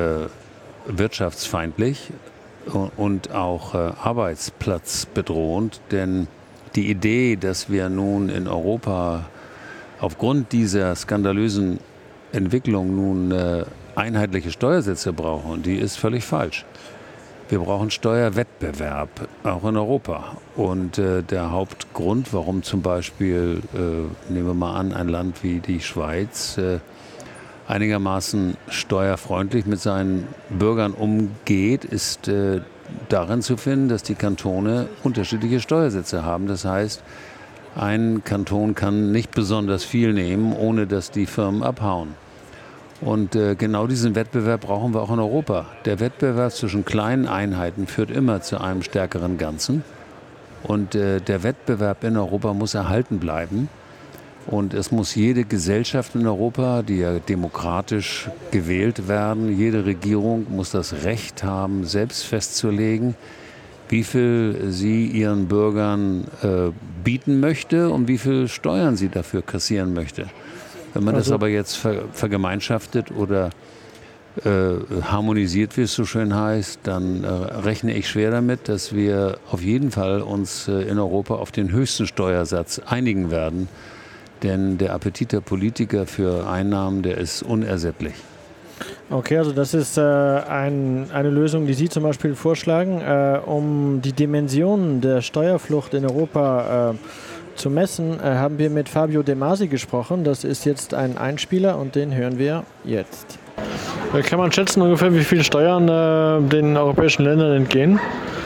Speaker 2: wirtschaftsfeindlich und auch arbeitsplatzbedrohend. Denn die Idee, dass wir nun in Europa aufgrund dieser skandalösen Entwicklung nun einheitliche Steuersätze brauchen, die ist völlig falsch. Wir brauchen Steuerwettbewerb, auch in Europa. Und der Hauptgrund, warum zum Beispiel, nehmen wir mal an, ein Land wie die Schweiz einigermaßen steuerfreundlich mit seinen Bürgern umgeht, ist darin zu finden, dass die Kantone unterschiedliche Steuersätze haben. Das heißt, ein Kanton kann nicht besonders viel nehmen, ohne dass die Firmen abhauen. Und genau diesen Wettbewerb brauchen wir auch in Europa. Der Wettbewerb zwischen kleinen Einheiten führt immer zu einem stärkeren Ganzen. Und der Wettbewerb in Europa muss erhalten bleiben. Und es muss jede Gesellschaft in Europa, die ja demokratisch gewählt werden, jede Regierung muss das Recht haben, selbst festzulegen, wie viel sie ihren Bürgern bieten möchte und wie viel Steuern sie dafür kassieren möchte. Wenn man das aber jetzt vergemeinschaftet oder harmonisiert, wie es so schön heißt, dann rechne ich schwer damit, dass wir auf jeden Fall uns in Europa auf den höchsten Steuersatz einigen werden. Denn der Appetit der Politiker für Einnahmen, der ist unersättlich.
Speaker 11: Okay, also das ist eine Lösung, die Sie zum Beispiel vorschlagen, um die Dimensionen der Steuerflucht in Europa zu messen, haben wir mit Fabio De Masi gesprochen. Das ist jetzt ein Einspieler und den hören wir jetzt. Kann man schätzen ungefähr, wie viel Steuern den europäischen Ländern entgehen?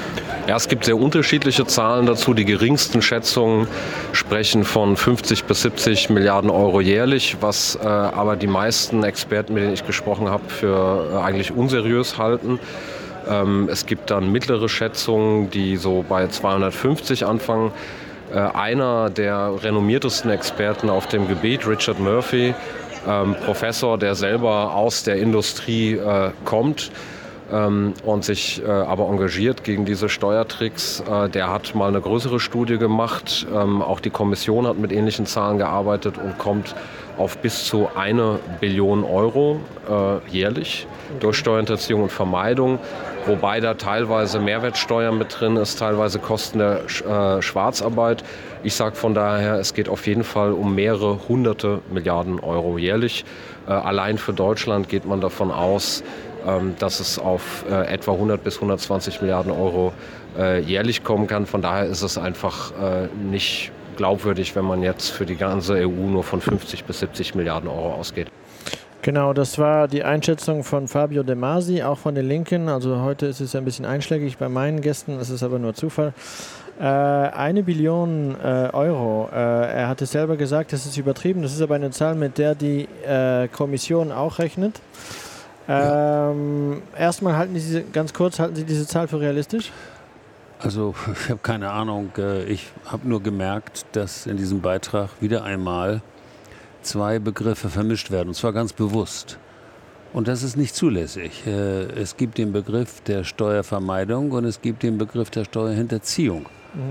Speaker 12: Ja, es gibt sehr unterschiedliche Zahlen dazu. Die geringsten Schätzungen sprechen von 50 bis 70 Milliarden Euro jährlich, was aber die meisten Experten, mit denen ich gesprochen habe, für eigentlich unseriös halten. Es gibt dann mittlere Schätzungen, die so bei 250 anfangen. Einer der renommiertesten Experten auf dem Gebiet, Richard Murphy, Professor, der selber aus der Industrie kommt und sich aber engagiert gegen diese Steuertricks, der hat mal eine größere Studie gemacht. Auch die Kommission hat mit ähnlichen Zahlen gearbeitet und kommt auf bis zu 1 Billion Euro jährlich durch Steuerhinterziehung und Vermeidung. Wobei da teilweise Mehrwertsteuer mit drin ist, teilweise Kosten der Schwarzarbeit. Ich sage von daher, es geht auf jeden Fall um mehrere hunderte Milliarden Euro jährlich. Allein für Deutschland geht man davon aus, dass es auf etwa 100 bis 120 Milliarden Euro jährlich kommen kann. Von daher ist es einfach nicht glaubwürdig, wenn man jetzt für die ganze EU nur von 50 bis 70 Milliarden Euro ausgeht.
Speaker 11: Genau, das war die Einschätzung von Fabio De Masi, auch von den Linken. Also heute ist es ein bisschen einschlägig bei meinen Gästen, das ist aber nur Zufall. 1 Billion Euro. Er hatte selber gesagt, das ist übertrieben. Das ist aber eine Zahl, mit der die Kommission auch rechnet. Erstmal halten Sie diese Zahl für realistisch?
Speaker 2: Also ich habe keine Ahnung. Ich habe nur gemerkt, dass in diesem Beitrag wieder einmal 2 Begriffe vermischt werden, und zwar ganz bewusst. Und das ist nicht zulässig. Es gibt den Begriff der Steuervermeidung und es gibt den Begriff der Steuerhinterziehung.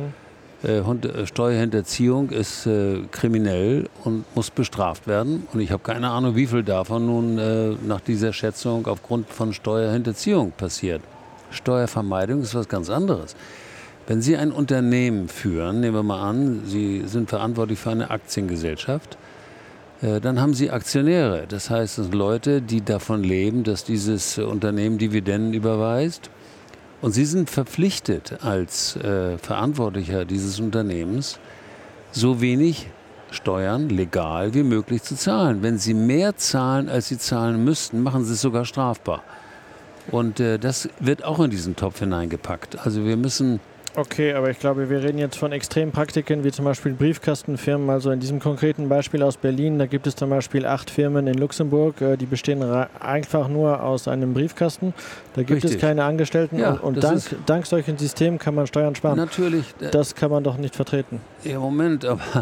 Speaker 2: Steuerhinterziehung ist kriminell und muss bestraft werden. Und ich habe keine Ahnung, wie viel davon nun nach dieser Schätzung aufgrund von Steuerhinterziehung passiert. Steuervermeidung ist was ganz anderes. Wenn Sie ein Unternehmen führen, nehmen wir mal an, Sie sind verantwortlich für eine Aktiengesellschaft, dann haben Sie Aktionäre. Das heißt, das sind Leute, die davon leben, dass dieses Unternehmen Dividenden überweist. Und Sie sind verpflichtet als Verantwortlicher dieses Unternehmens, so wenig Steuern legal wie möglich zu zahlen. Wenn Sie mehr zahlen, als Sie zahlen müssten, machen Sie es sogar strafbar. Und das wird auch in diesen Topf hineingepackt. Also wir müssen...
Speaker 11: Okay, aber ich glaube, wir reden jetzt von Extrempraktiken wie zum Beispiel Briefkastenfirmen. Also in diesem konkreten Beispiel aus Berlin, da gibt es zum Beispiel 8 Firmen in Luxemburg, die bestehen einfach nur aus einem Briefkasten. Da gibt es keine Angestellten und dank solchen Systemen kann man Steuern sparen.
Speaker 2: Natürlich.
Speaker 11: Das kann man doch nicht vertreten.
Speaker 2: Ja, Moment, aber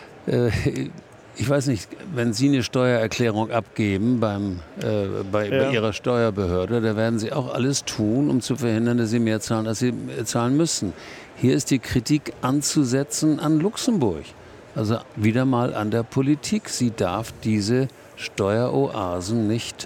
Speaker 2: ich weiß nicht, wenn Sie eine Steuererklärung abgeben bei Ihrer Steuerbehörde, da werden Sie auch alles tun, um zu verhindern, dass Sie mehr zahlen, als Sie zahlen müssen. Hier ist die Kritik anzusetzen an Luxemburg. Also wieder mal an der Politik. Sie darf diese Steueroasen nicht...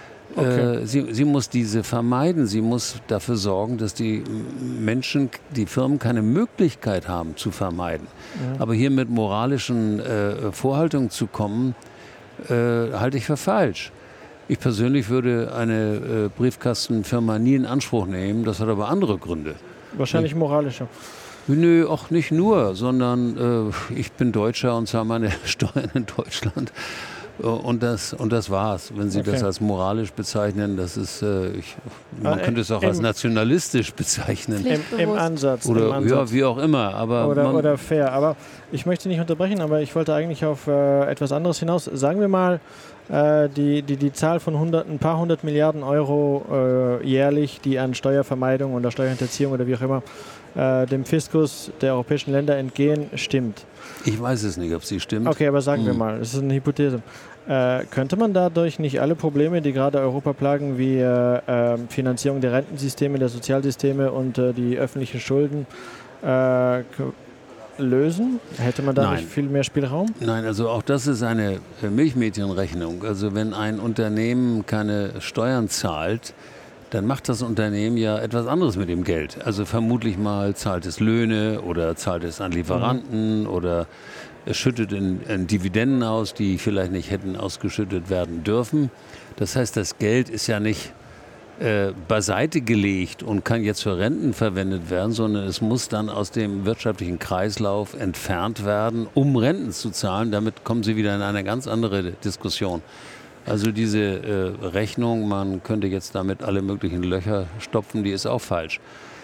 Speaker 2: Sie muss diese vermeiden. Sie muss dafür sorgen, dass die Menschen, die Firmen keine Möglichkeit haben zu vermeiden. Ja. Aber hier mit moralischen Vorhaltungen zu kommen, halte ich für falsch. Ich persönlich würde eine Briefkastenfirma nie in Anspruch nehmen. Das hat aber andere Gründe.
Speaker 11: Wahrscheinlich moralischer.
Speaker 2: Nö, auch nicht nur, sondern ich bin Deutscher und zahle meine Steuern in Deutschland. Und das war's. Wenn Sie das als moralisch bezeichnen, das ist, man könnte es auch als nationalistisch bezeichnen.
Speaker 11: Im Ansatz.
Speaker 2: Oder ja, wie auch immer. Aber
Speaker 11: oder fair. Aber ich möchte nicht unterbrechen, aber ich wollte eigentlich auf etwas anderes hinaus. Sagen wir mal, die Zahl von ein paar hundert Milliarden Euro jährlich, die an Steuervermeidung oder Steuerhinterziehung oder wie auch immer dem Fiskus der europäischen Länder entgehen, stimmt.
Speaker 2: Ich weiß es nicht, ob sie stimmt.
Speaker 11: Okay, aber sagen wir mal, es ist eine Hypothese. Könnte man dadurch nicht alle Probleme, die gerade Europa plagen, wie Finanzierung der Rentensysteme, der Sozialsysteme und die öffentlichen Schulden lösen? Hätte man da nicht viel mehr Spielraum?
Speaker 2: Nein, also auch das ist eine Milchmädchenrechnung. Also wenn ein Unternehmen keine Steuern zahlt, dann macht das Unternehmen ja etwas anderes mit dem Geld. Also vermutlich mal zahlt es Löhne oder zahlt es an Lieferanten oder es schüttet in Dividenden aus, die vielleicht nicht hätten ausgeschüttet werden dürfen. Das heißt, das Geld ist ja nicht beiseite gelegt und kann jetzt für Renten verwendet werden, sondern es muss dann aus dem wirtschaftlichen Kreislauf entfernt werden, um Renten zu zahlen. Damit kommen Sie wieder in eine ganz andere Diskussion. Also diese Rechnung, man könnte jetzt damit alle möglichen Löcher stopfen, die ist auch falsch.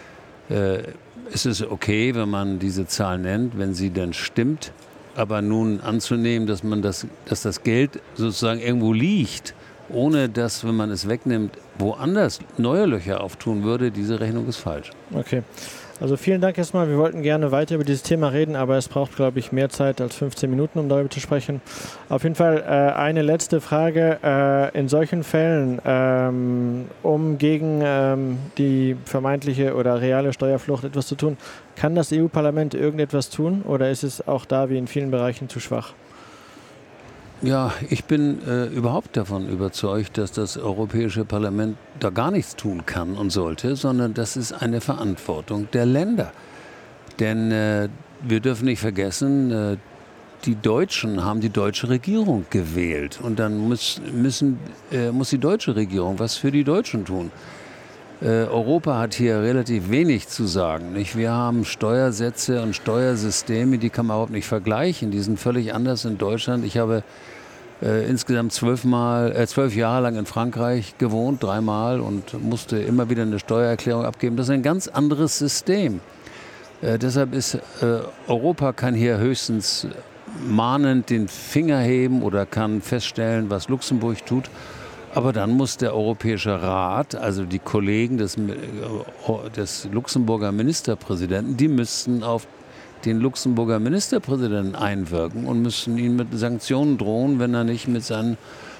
Speaker 2: Es ist okay, wenn man diese Zahl nennt, wenn sie denn stimmt. Aber nun anzunehmen, dass das Geld sozusagen irgendwo liegt, ohne dass, wenn man es wegnimmt, woanders neue Löcher auftun würde, diese Rechnung ist falsch.
Speaker 11: Okay. Also vielen Dank erstmal. Wir wollten gerne weiter über dieses Thema reden, aber es braucht, glaube ich, mehr Zeit als 15 Minuten, um darüber zu sprechen. Auf jeden Fall eine letzte Frage. In solchen Fällen, um gegen die vermeintliche oder reale Steuerflucht etwas zu tun, kann das EU-Parlament irgendetwas tun oder ist es auch da wie in vielen Bereichen zu schwach?
Speaker 2: Ja, ich bin überhaupt davon überzeugt, dass das Europäische Parlament da gar nichts tun kann und sollte, sondern das ist eine Verantwortung der Länder. Denn wir dürfen nicht vergessen, die Deutschen haben die deutsche Regierung gewählt und dann muss die deutsche Regierung was für die Deutschen tun. Europa hat hier relativ wenig zu sagen. Nicht? Wir haben Steuersätze und Steuersysteme, die kann man überhaupt nicht vergleichen. Die sind völlig anders in Deutschland. Ich habe insgesamt 12 Jahre lang in Frankreich gewohnt, 3-mal und musste immer wieder eine Steuererklärung abgeben. Das ist ein ganz anderes System. Deshalb ist Europa kann hier höchstens mahnend den Finger heben oder kann feststellen, was Luxemburg tut. Aber dann muss der Europäische Rat, also die Kollegen des Luxemburger Ministerpräsidenten, die müssten auf den Luxemburger Ministerpräsidenten einwirken und müssen ihn mit Sanktionen drohen, wenn er nicht mit seinem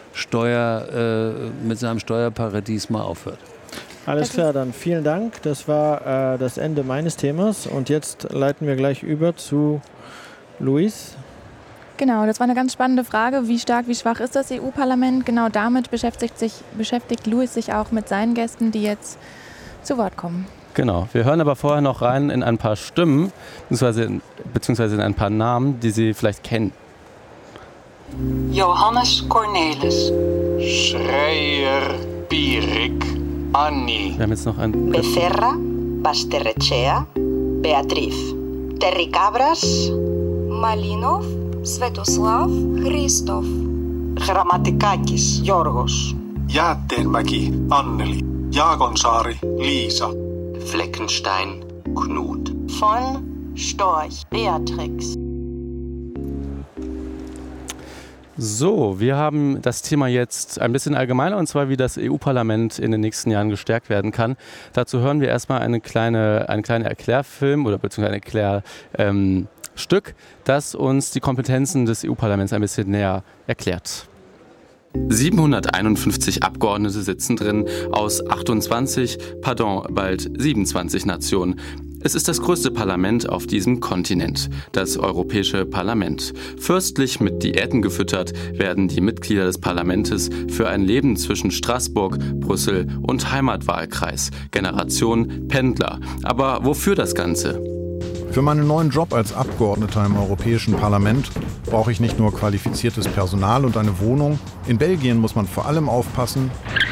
Speaker 2: Steuerparadies mal aufhört.
Speaker 11: Alles klar, dann vielen Dank. Das war das Ende meines Themas und jetzt leiten wir gleich über zu Luis.
Speaker 4: Genau, das war eine ganz spannende Frage. Wie stark, wie schwach ist das EU-Parlament? Genau damit beschäftigt Luis sich auch mit seinen Gästen, die jetzt zu Wort kommen.
Speaker 10: Genau, wir hören aber vorher noch rein in ein paar Stimmen, beziehungsweise in ein paar Namen, die Sie vielleicht kennen.
Speaker 13: Johannes Cornelis. Schreier Pierik Anni.
Speaker 10: Wir haben jetzt noch ein...
Speaker 13: Becerra Basterrechea Beatriz. Terry Cabras Malinov Svetoslav Christoph. Grammatikakis Jorgos.
Speaker 14: Jäätteenmäki Anneli. Jaakonsaari Liisa.
Speaker 13: Fleckenstein Knut. Von Storch Beatrix.
Speaker 10: So, wir haben das Thema jetzt ein bisschen allgemeiner, und zwar wie das EU-Parlament in den nächsten Jahren gestärkt werden kann. Dazu hören wir erstmal einen kleinen Erklärfilm oder beziehungsweise ein Stück, das uns die Kompetenzen des EU-Parlaments ein bisschen näher erklärt.
Speaker 15: 751 Abgeordnete sitzen drin aus bald 27 Nationen. Es ist das größte Parlament auf diesem Kontinent, das Europäische Parlament. Fürstlich mit Diäten gefüttert werden die Mitglieder des Parlaments für ein Leben zwischen Straßburg, Brüssel und Heimatwahlkreis. Generation Pendler. Aber wofür das Ganze?
Speaker 16: Für meinen neuen Job als Abgeordneter im Europäischen Parlament brauche ich nicht nur qualifiziertes Personal und eine Wohnung. In Belgien muss man vor allem aufpassen,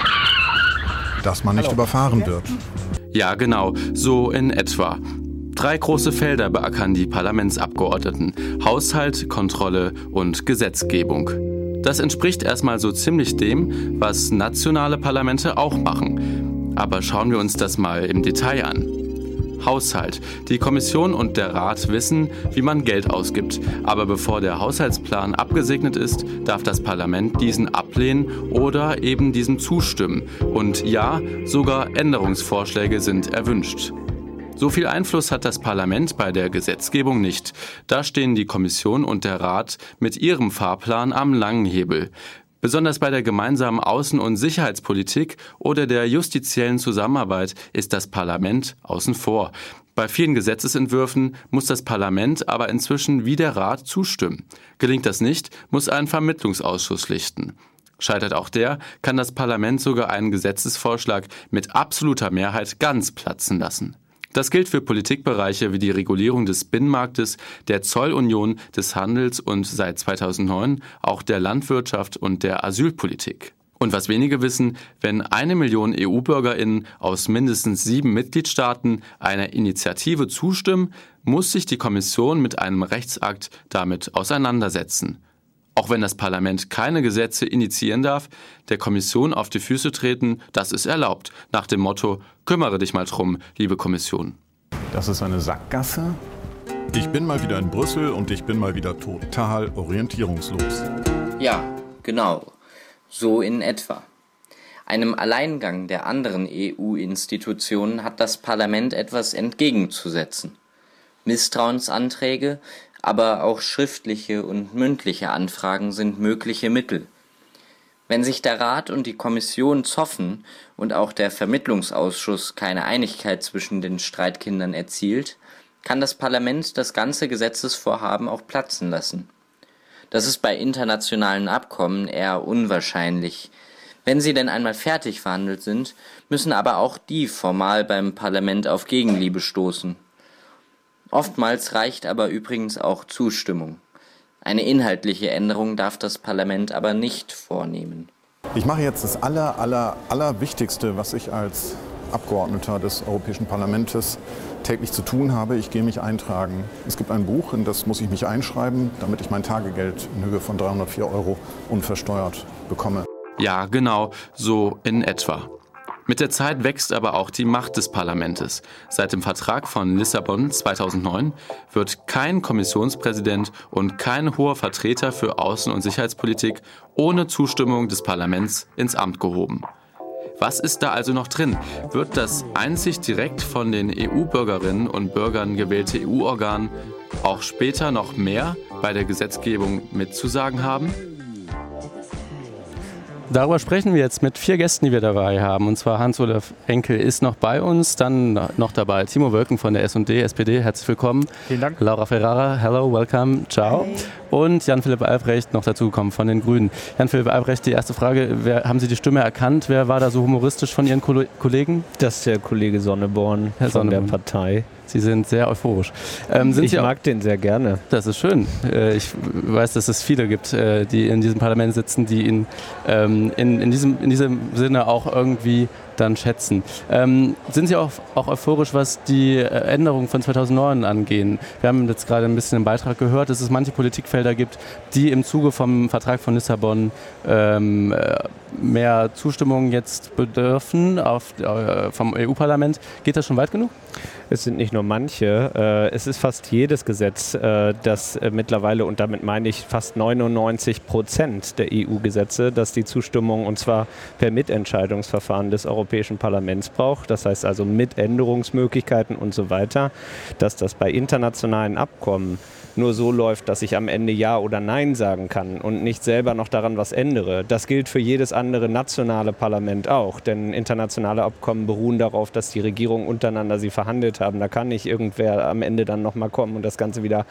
Speaker 16: dass man nicht überfahren wird.
Speaker 15: Ja, genau, so in etwa. 3 große Felder beackern die Parlamentsabgeordneten: Haushalt, Kontrolle und Gesetzgebung. Das entspricht erstmal so ziemlich dem, was nationale Parlamente auch machen. Aber schauen wir uns das mal im Detail an. Haushalt. Die Kommission und der Rat wissen, wie man Geld ausgibt. Aber bevor der Haushaltsplan abgesegnet ist, darf das Parlament diesen ablehnen oder eben diesem zustimmen. Und ja, sogar Änderungsvorschläge sind erwünscht. So viel Einfluss hat das Parlament bei der Gesetzgebung nicht. Da stehen die Kommission und der Rat mit ihrem Fahrplan am langen Hebel. Besonders bei der gemeinsamen Außen- und Sicherheitspolitik oder der justiziellen Zusammenarbeit ist das Parlament außen vor. Bei vielen Gesetzesentwürfen muss das Parlament aber inzwischen wie der Rat zustimmen. Gelingt das nicht, muss ein Vermittlungsausschuss lichten. Scheitert auch der, kann das Parlament sogar einen Gesetzesvorschlag mit absoluter Mehrheit ganz platzen lassen. Das gilt für Politikbereiche wie die Regulierung des Binnenmarktes, der Zollunion, des Handels und seit 2009 auch der Landwirtschaft und der Asylpolitik. Und was wenige wissen, wenn 1 Million EU-BürgerInnen aus mindestens 7 Mitgliedstaaten einer Initiative zustimmen, muss sich die Kommission mit einem Rechtsakt damit auseinandersetzen. Auch wenn das Parlament keine Gesetze initiieren darf, der Kommission auf die Füße treten, das ist erlaubt, nach dem Motto: Kümmere dich mal drum, liebe Kommission.
Speaker 16: Das ist eine Sackgasse. Ich bin mal wieder in Brüssel und ich bin mal wieder total orientierungslos.
Speaker 17: Ja, genau. So in etwa. Einem Alleingang der anderen EU-Institutionen hat das Parlament etwas entgegenzusetzen. Misstrauensanträge, aber auch schriftliche und mündliche Anfragen sind mögliche Mittel. Wenn sich der Rat und die Kommission zoffen und auch der Vermittlungsausschuss keine Einigkeit zwischen den Streitkindern erzielt, kann das Parlament das ganze Gesetzesvorhaben auch platzen lassen. Das ist bei internationalen Abkommen eher unwahrscheinlich. Wenn sie denn einmal fertig verhandelt sind, müssen aber auch die formal beim Parlament auf Gegenliebe stoßen. Oftmals reicht aber übrigens auch Zustimmung. Eine inhaltliche Änderung darf das Parlament aber nicht vornehmen.
Speaker 16: Ich mache jetzt das Allerwichtigste, was ich als Abgeordneter des Europäischen Parlaments täglich zu tun habe. Ich gehe mich eintragen. Es gibt ein Buch, in das muss ich mich einschreiben, damit ich mein Tagegeld in Höhe von 304 € unversteuert bekomme.
Speaker 15: Ja, genau, so in etwa. Mit der Zeit wächst aber auch die Macht des Parlaments. Seit dem Vertrag von Lissabon 2009 wird kein Kommissionspräsident und kein hoher Vertreter für Außen- und Sicherheitspolitik ohne Zustimmung des Parlaments ins Amt gehoben. Was ist da also noch drin? Wird das einzig direkt von den EU-Bürgerinnen und Bürgern gewählte EU-Organ auch später noch mehr bei der Gesetzgebung mitzusagen haben?
Speaker 10: Darüber sprechen wir jetzt mit 4 Gästen, die wir dabei haben. Und zwar Hans-Olaf Henkel ist noch bei uns, dann noch dabei Timo Wölken von der S&D, SPD. Herzlich willkommen.
Speaker 18: Vielen Dank.
Speaker 10: Laura Ferrara, hello, welcome, ciao.
Speaker 18: Hey.
Speaker 10: Und Jan-Philipp Albrecht noch dazugekommen von den Grünen. Jan-Philipp Albrecht, die erste Frage, haben Sie die Stimme erkannt? Wer war da so humoristisch von Ihren Kollegen?
Speaker 18: Das ist der Kollege Sonneborn von der Partei.
Speaker 10: Sie sind sehr euphorisch.
Speaker 18: Ich mag den sehr gerne.
Speaker 10: Das ist schön. Ich weiß, dass es viele gibt, die in diesem Parlament sitzen, die ihn in diesem Sinne auch irgendwie dann schätzen. Sind Sie auch euphorisch, was die Änderungen von 2009 angehen? Wir haben jetzt gerade ein bisschen im Beitrag gehört, dass es manche Politikfelder gibt, die im Zuge vom Vertrag von Lissabon mehr Zustimmung jetzt bedürfen vom EU-Parlament. Geht das schon weit genug?
Speaker 18: Es sind nicht nur manche, es ist fast jedes Gesetz, das mittlerweile, und damit meine ich fast 99% der EU-Gesetze, dass die Zustimmung, und zwar per Mitentscheidungsverfahren des Europäischen Parlaments braucht, das heißt also mit Änderungsmöglichkeiten und so weiter, dass das bei internationalen Abkommen nur so läuft, dass ich am Ende Ja oder Nein sagen kann und nicht selber noch daran was ändere. Das gilt für jedes andere nationale Parlament auch, denn internationale Abkommen beruhen darauf, dass die Regierungen untereinander sie verhandelt haben. Da kann nicht irgendwer am Ende dann nochmal kommen und das Ganze wieder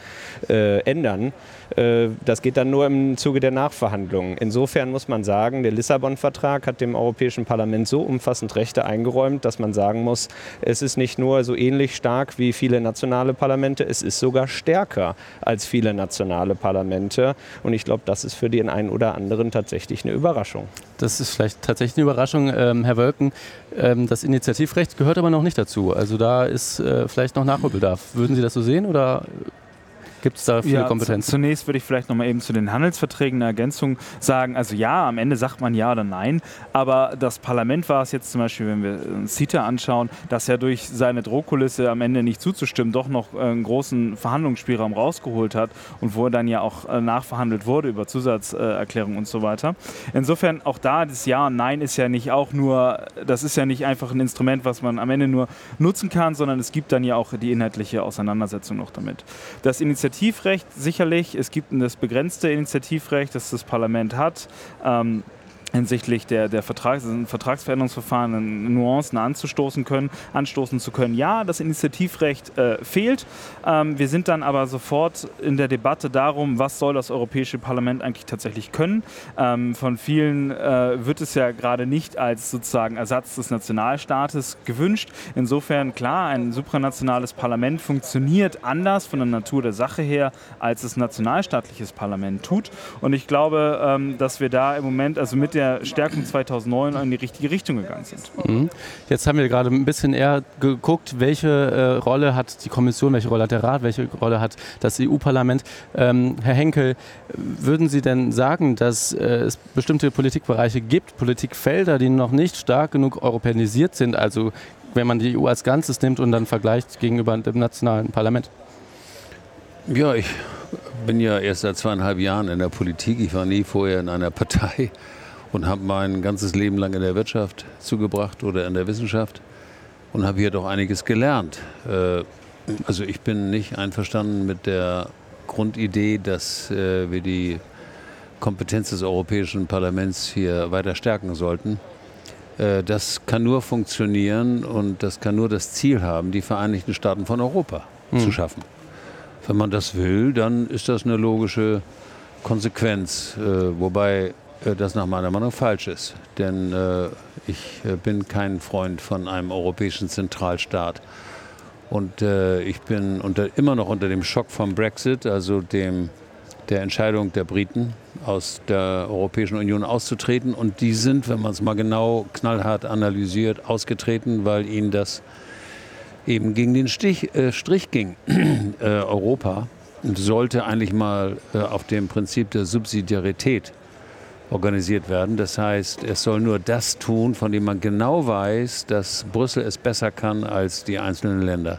Speaker 18: ändern. Das geht dann nur im Zuge der Nachverhandlungen. Insofern muss man sagen, der Lissabon-Vertrag hat dem Europäischen Parlament so umfassend Rechte eingeräumt, dass man sagen muss, es ist nicht nur so ähnlich stark wie viele nationale Parlamente, es ist sogar stärker als viele nationale Parlamente. Und ich glaube, das ist für den einen oder anderen tatsächlich eine Überraschung.
Speaker 10: Das ist vielleicht tatsächlich eine Überraschung, Herr Wölken. Das Initiativrecht gehört aber noch nicht dazu. Also da ist vielleicht noch Nachholbedarf. Würden Sie das so sehen oder gibt es da viele Kompetenzen?
Speaker 18: Zunächst würde ich vielleicht noch mal eben zu den Handelsverträgen eine Ergänzung sagen. Also ja, am Ende sagt man ja oder nein, aber das Parlament war es jetzt zum Beispiel, wenn wir uns CETA anschauen, dass er durch seine Drohkulisse am Ende nicht zuzustimmen, doch noch einen großen Verhandlungsspielraum rausgeholt hat und wo dann ja auch nachverhandelt wurde über Zusatzerklärungen und so weiter. Insofern auch da, das Ja und Nein ist ja nicht auch nur, das ist ja nicht einfach ein Instrument, was man am Ende nur nutzen kann, sondern es gibt dann ja auch die inhaltliche Auseinandersetzung noch damit. Das Initiativrecht sicherlich, es gibt das begrenzte Initiativrecht, das das Parlament hat, hinsichtlich der Vertragsveränderungsverfahren Nuancen anstoßen zu können. Ja, das Initiativrecht fehlt. Wir sind dann aber sofort in der Debatte darum, was soll das Europäische Parlament eigentlich tatsächlich können. Von vielen wird es ja gerade nicht als sozusagen Ersatz des Nationalstaates gewünscht. Insofern, klar, ein supranationales Parlament funktioniert anders von der Natur der Sache her, als das nationalstaatliches Parlament tut. Und ich glaube, dass wir da im Moment, also mit der Stärkung 2009 in die richtige Richtung gegangen sind.
Speaker 10: Jetzt haben wir gerade ein bisschen eher geguckt, welche Rolle hat die Kommission, welche Rolle hat der Rat, welche Rolle hat das EU-Parlament. Herr Henkel, würden Sie denn sagen, dass es bestimmte Politikbereiche gibt, Politikfelder, die noch nicht stark genug europäisiert sind, also wenn man die EU als Ganzes nimmt und dann vergleicht gegenüber dem nationalen Parlament?
Speaker 2: Ja, ich bin ja erst seit 2,5 Jahren in der Politik. Ich war nie vorher in einer Partei und habe mein ganzes Leben lang in der Wirtschaft zugebracht oder in der Wissenschaft und habe hier doch einiges gelernt. Also ich bin nicht einverstanden mit der Grundidee, dass wir die Kompetenz des Europäischen Parlaments hier weiter stärken sollten. Das kann nur funktionieren und das kann nur das Ziel haben, die Vereinigten Staaten von Europa zu schaffen. Wenn man das will, dann ist das eine logische Konsequenz, wobei das nach meiner Meinung falsch ist. Denn ich bin kein Freund von einem europäischen Zentralstaat. Und ich bin immer noch unter dem Schock vom Brexit, also der Entscheidung der Briten, aus der Europäischen Union auszutreten. Und die sind, wenn man es mal genau knallhart analysiert, ausgetreten, weil ihnen das eben gegen den Strich ging. Europa sollte eigentlich mal auf dem Prinzip der Subsidiarität organisiert werden. Das heißt, es soll nur das tun, von dem man genau weiß, dass Brüssel es besser kann als die einzelnen Länder.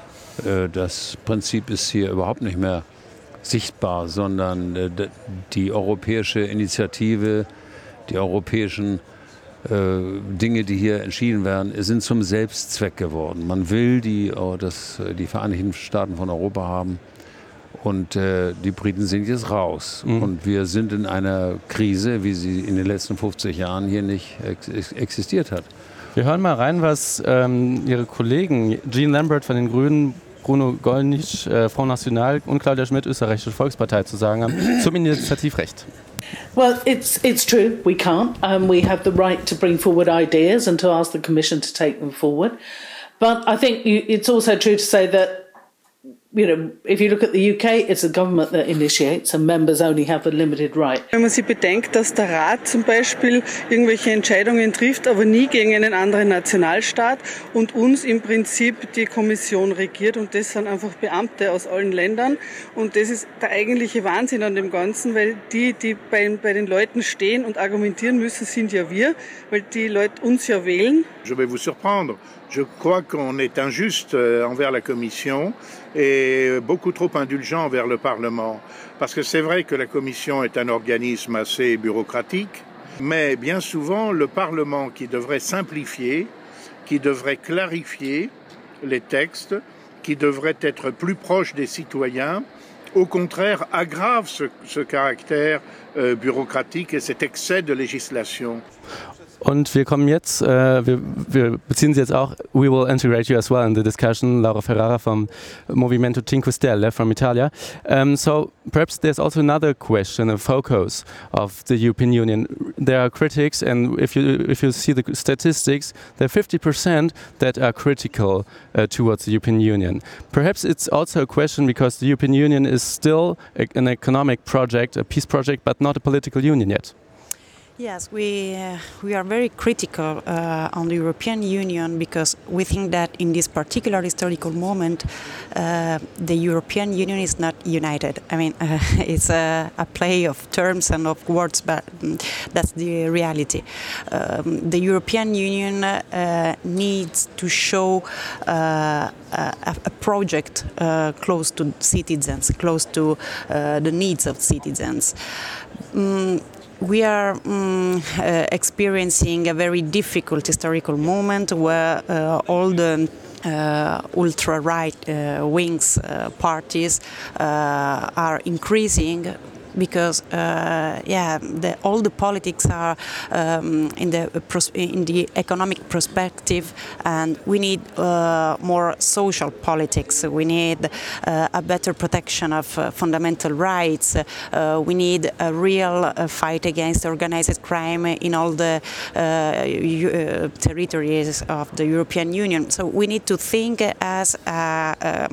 Speaker 2: Das Prinzip ist hier überhaupt nicht mehr sichtbar, sondern die europäische Initiative, die europäischen Dinge, die hier entschieden werden, sind zum Selbstzweck geworden. Man will die Vereinigten Staaten von Europa haben und die Briten sind jetzt raus. Und wir sind in einer Krise, wie sie in den letzten 50 Jahren hier nicht existiert hat.
Speaker 10: Wir hören mal rein, was Ihre Kollegen Jean Lambert von den Grünen, Bruno Gollnisch, Front National und Claudia Schmidt, Österreichische Volkspartei, zu sagen haben zum Initiativrecht.
Speaker 19: Well, it's true. We can't. We have the right to bring forward ideas and to ask the Commission to take them forward. But I think it's also true to say that, if you look at the UK, it's the government that initiates and members only have a limited right.
Speaker 20: Wenn man sich bedenkt, dass der Rat zum Beispiel irgendwelche Entscheidungen trifft, aber nie gegen einen anderen Nationalstaat und uns im Prinzip die Kommission regiert und das sind einfach Beamte aus allen Ländern und das ist der eigentliche Wahnsinn an dem Ganzen, weil die bei den Leuten stehen und argumentieren müssen, sind ja wir, weil die Leute uns ja wählen.
Speaker 21: Je vais vous surprendre. Je crois qu'on est injuste envers la Commission et beaucoup trop indulgent envers le Parlement. Parce que c'est vrai que la Commission est un organisme assez bureaucratique, mais bien souvent le Parlement qui devrait simplifier, qui devrait clarifier les textes, qui devrait être plus proche des citoyens, au contraire aggrave ce caractère bureaucratique et cet excès de législation.
Speaker 10: Und wir kommen jetzt, wir beziehen Sie jetzt auch, we will integrate you as well in the discussion, Laura Ferrara from Movimento Cinque Stelle from Italia. So perhaps there's also another question, a focus of the European Union. There are critics, and if you see the statistics, there are 50% that are critical towards the European Union. Perhaps it's also a question because the European Union is still an economic project, a peace project, but not a political union yet.
Speaker 22: Yes, we are very critical on the European Union because we think that in this particular historical moment, the European Union is not united. I mean, it's a play of terms and of words, but that's the reality. The European Union needs to show a project close to citizens, close to the needs of citizens. We are experiencing a very difficult historical moment where all the ultra-right wings parties are increasing because all the politics are in the economic perspective, and we need more social politics. We need a better protection of fundamental rights. We need a real fight against organized crime in all the territories of the European Union. So we need to think as a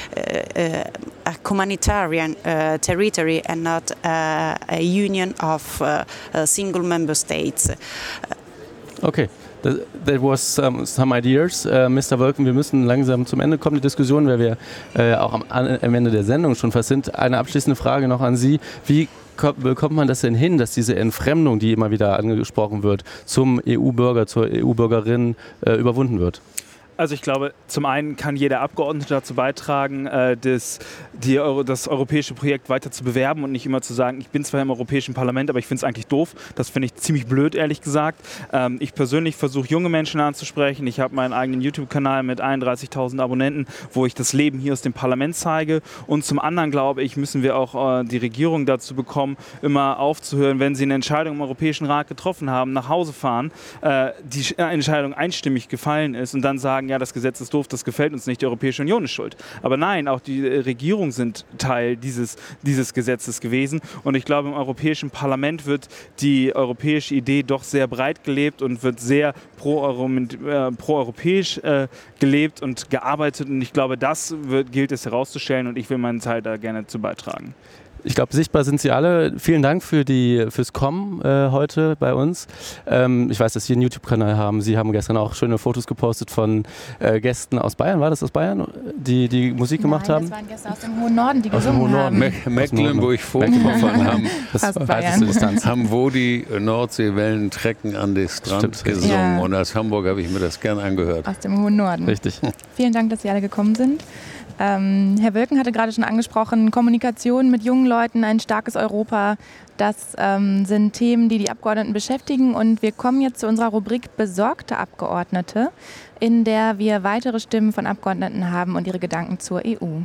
Speaker 22: humanitarian territory and not a union of single member states.
Speaker 10: Okay. That was some ideas. Mr. Wölken, wir müssen langsam zum Ende kommen, die Diskussion, weil wir auch am Ende der Sendung schon fast sind. Eine abschließende Frage noch an Sie. Wie bekommt man das denn hin, dass diese Entfremdung, die immer wieder angesprochen wird, zum EU-Bürger, zur EU-Bürgerin überwunden wird?
Speaker 1: Also ich glaube, zum einen kann jeder Abgeordnete dazu beitragen, das europäische Projekt weiter zu bewerben und nicht immer zu sagen, ich bin zwar im Europäischen Parlament, aber ich finde es eigentlich doof. Das finde ich ziemlich blöd, ehrlich gesagt. Ich persönlich versuche, junge Menschen anzusprechen. Ich habe meinen eigenen YouTube-Kanal mit 31.000 Abonnenten, wo ich das Leben hier aus dem Parlament zeige. Und zum anderen, glaube ich, müssen wir auch die Regierung dazu bekommen, immer aufzuhören, wenn sie eine Entscheidung im Europäischen Rat getroffen haben, nach Hause fahren, die Entscheidung einstimmig gefallen ist und dann sagen, ja, das Gesetz ist doof, das gefällt uns nicht, die Europäische Union ist schuld. Aber nein, auch die Regierungen sind Teil dieses Gesetzes gewesen. Und ich glaube, im Europäischen Parlament wird die europäische Idee doch sehr breit gelebt und wird sehr pro-europäisch gelebt und gearbeitet. Und ich glaube, das gilt es herauszustellen und ich will meinen Teil da gerne zu beitragen.
Speaker 10: Ich glaube, sichtbar sind Sie alle. Vielen Dank fürs Kommen heute bei uns. Ich weiß, dass Sie einen YouTube-Kanal haben. Sie haben gestern auch schöne Fotos gepostet von Gästen aus Bayern. War das aus Bayern, die Musik gemacht haben?
Speaker 4: Das waren Gäste aus dem hohen Norden, die gesungen haben.
Speaker 2: Mecklenburg-Vorpommern
Speaker 10: haben,
Speaker 2: haben, wo die Nordseewellen trecken an den Strand gesungen. Ja. Und als Hamburger habe ich mir das gern angehört.
Speaker 4: Aus dem hohen Norden.
Speaker 10: Richtig.
Speaker 4: Vielen Dank, dass Sie alle gekommen sind. Herr Wölken hatte gerade schon angesprochen, Kommunikation mit jungen Leuten, ein starkes Europa, das sind Themen, die die Abgeordneten beschäftigen. Und wir kommen jetzt zu unserer Rubrik Besorgte Abgeordnete, in der wir weitere Stimmen von Abgeordneten haben und ihre Gedanken zur EU.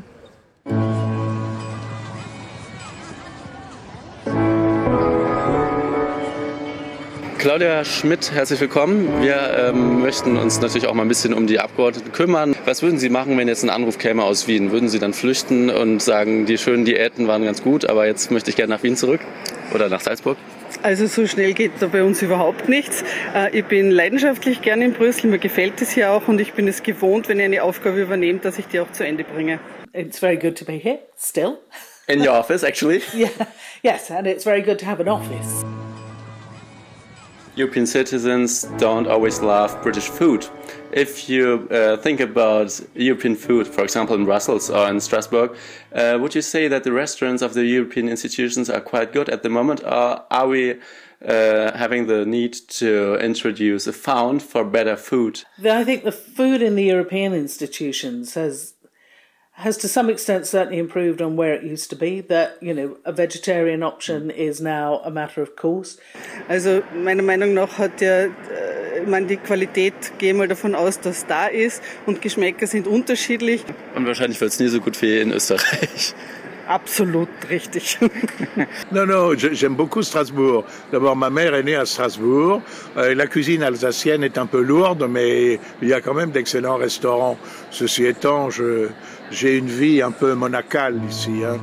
Speaker 15: Claudia Schmidt, herzlich willkommen. Wir möchten uns natürlich auch mal ein bisschen um die Abgeordneten kümmern. Was würden Sie machen, wenn jetzt ein Anruf käme aus Wien? Würden Sie dann flüchten und sagen, die schönen Diäten waren ganz gut, aber jetzt möchte ich gerne nach Wien zurück oder nach Salzburg?
Speaker 20: Also so schnell geht da bei uns überhaupt nichts. Ich bin leidenschaftlich gerne in Brüssel, mir gefällt es hier auch und ich bin es gewohnt, wenn ich eine Aufgabe übernehme, dass ich die auch zu Ende bringe.
Speaker 19: It's very good to be here, still.
Speaker 15: In your office, actually?
Speaker 19: Yeah. Yes, and it's very good to have an office.
Speaker 15: European citizens don't always love British food. If you think about European food, for example in Brussels or in Strasbourg, would you say that the restaurants of the European institutions are quite good at the moment, or are we having the need to introduce a fund for better food?
Speaker 19: I think the food in the European institutions has to some extent certainly improved on where it used to be, that, you know, a vegetarian option is now a matter of course.
Speaker 20: Also meiner Meinung nach hat ja, die Qualität, gehe mal davon aus, dass da ist und Geschmäcker sind unterschiedlich.
Speaker 15: Und wahrscheinlich wird es nie so gut wie in Österreich.
Speaker 20: Absolut richtig.
Speaker 21: Non, j'aime beaucoup Strasbourg. D'abord, ma mère est née à Strasbourg. La cuisine alsacienne est un peu lourde, mais il y a quand même d'excellents restaurants. Ceci étant, j'ai une vie un peu monacale ici. Hein.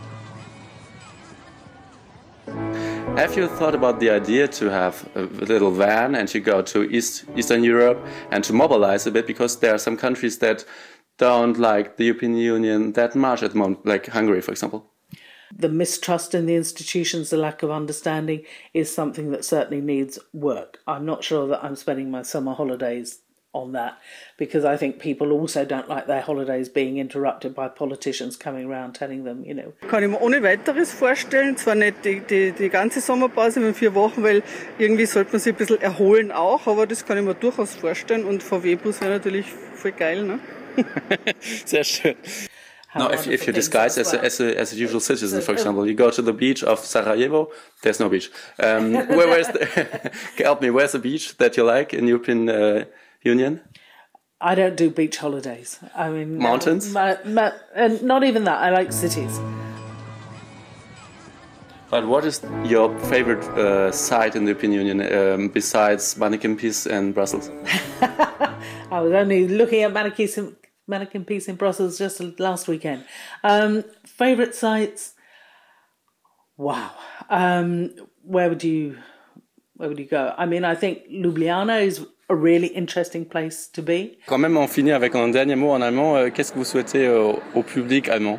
Speaker 15: Have you thought about the idea to have a little van and you go to Eastern Europe and to mobilize a bit, because there are some countries that don't like the European Union that much at the moment, like Hungary, for example?
Speaker 19: The mistrust in the institutions, the lack of understanding is something that certainly needs work. I'm not sure that I'm spending my summer holidays on that, because I think people also don't like their holidays being interrupted by politicians coming around telling them, you know.
Speaker 20: Kann ich mir ohne weiteres vorstellen, zwar nicht die ganze Sommerpause, aber 4 Wochen, weil irgendwie sollte man sich ein bisschen erholen auch, aber das kann ich mir durchaus vorstellen und VW-Bus wäre natürlich voll geil, ne?
Speaker 15: Sehr schön. No, if you disguise as a usual citizen, for example, you go to the beach of Sarajevo, there's no beach. Where's help me, where's the beach that you like in European Union?
Speaker 19: I don't do beach holidays. I mean...
Speaker 15: Mountains?
Speaker 19: And not even that, I like cities.
Speaker 15: But what is your favorite site in the European Union besides Mannequin Peace and Brussels?
Speaker 19: I was only looking at Mannequin Peace in Brussels just last weekend. Favorite sites? Wow. Where would you go? I mean, I think Ljubljana is a really interesting place to be.
Speaker 15: Quand même, on finit avec un dernier mot en allemand. Qu'est-ce que vous souhaitez au public allemand?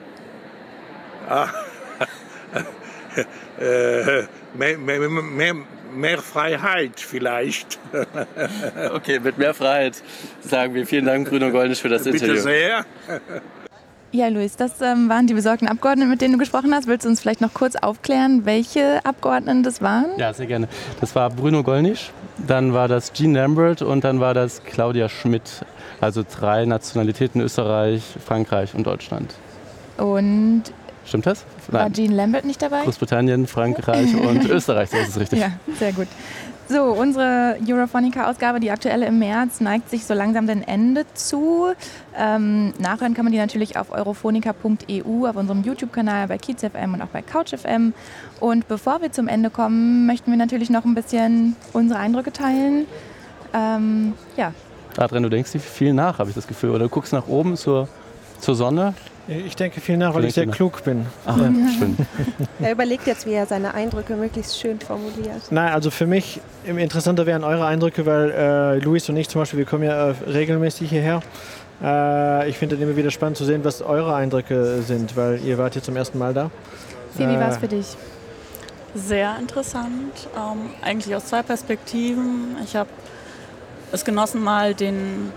Speaker 21: Mehr Freiheit vielleicht.
Speaker 15: Okay, mit mehr Freiheit sagen wir vielen Dank, Bruno Gollnisch, für das Interview.
Speaker 21: Bitte sehr.
Speaker 4: Ja, Luis, das waren die besorgten Abgeordneten, mit denen du gesprochen hast. Willst du uns vielleicht noch kurz aufklären, welche Abgeordneten das waren?
Speaker 10: Ja, sehr gerne. Das war Bruno Gollnisch, dann war das Jean Lambert und dann war das Claudia Schmidt. Also 3 Nationalitäten: Österreich, Frankreich und Deutschland.
Speaker 4: Und
Speaker 10: stimmt das?
Speaker 4: War
Speaker 10: Nein.
Speaker 4: Jean Lambert nicht dabei?
Speaker 10: Großbritannien, Frankreich und Österreich, so ist es richtig.
Speaker 4: Ja, sehr gut. So, unsere Europhonica-Ausgabe, die aktuelle im März, neigt sich so langsam dem Ende zu. Nachhören kann man die natürlich auf europhonica.eu, auf unserem YouTube-Kanal, bei Kiez FM und auch bei Couch FM. Und bevor wir zum Ende kommen, möchten wir natürlich noch ein bisschen unsere Eindrücke teilen. Ja.
Speaker 10: Adrian, du denkst viel nach, habe ich das Gefühl. Oder du guckst nach oben zur Sonne.
Speaker 11: Ich denke viel nach, weil ich sehr klug bin.
Speaker 10: Ach, ja. Schön.
Speaker 7: Er überlegt jetzt, wie er seine Eindrücke möglichst schön formuliert.
Speaker 11: Nein, also für mich interessanter wären eure Eindrücke, weil Luis und ich zum Beispiel, wir kommen ja regelmäßig hierher. Ich finde es immer wieder spannend zu sehen, was eure Eindrücke sind, weil ihr wart hier zum ersten Mal da.
Speaker 4: Wie war es für dich?
Speaker 9: Sehr interessant, eigentlich aus 2 Perspektiven. Ich habe es genossen, mal den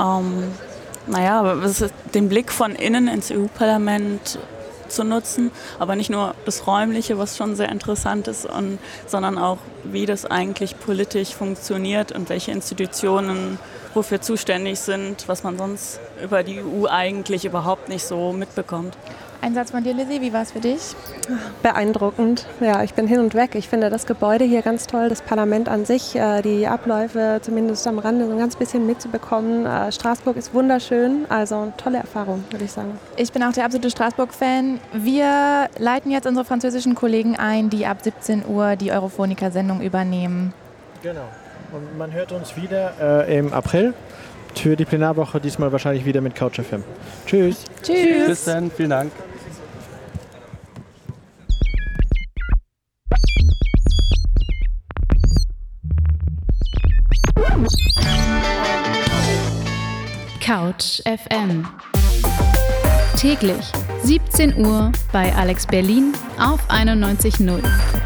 Speaker 9: Blick von innen ins EU-Parlament zu nutzen, aber nicht nur das Räumliche, was schon sehr interessant ist, sondern auch, wie das eigentlich politisch funktioniert und welche Institutionen wofür zuständig sind, was man sonst über die EU eigentlich überhaupt nicht so mitbekommt.
Speaker 4: Ein Satz von dir, Lizzie, wie war es für dich?
Speaker 7: Beeindruckend. Ja, ich bin hin und weg. Ich finde das Gebäude hier ganz toll, das Parlament an sich, die Abläufe zumindest am Rande so ein ganz bisschen mitzubekommen. Straßburg ist wunderschön, also eine tolle Erfahrung, würde ich sagen.
Speaker 4: Ich bin auch der absolute Straßburg-Fan. Wir leiten jetzt unsere französischen Kollegen ein, die ab 17 Uhr die Europhonica-Sendung übernehmen.
Speaker 11: Genau. Und man hört uns wieder im April für die Plenarwoche, diesmal wahrscheinlich wieder mit Couch FM. Tschüss.
Speaker 4: Tschüss.
Speaker 10: Bis dann, vielen Dank.
Speaker 3: Couch FM. Täglich 17 Uhr bei Alex Berlin auf 91.0.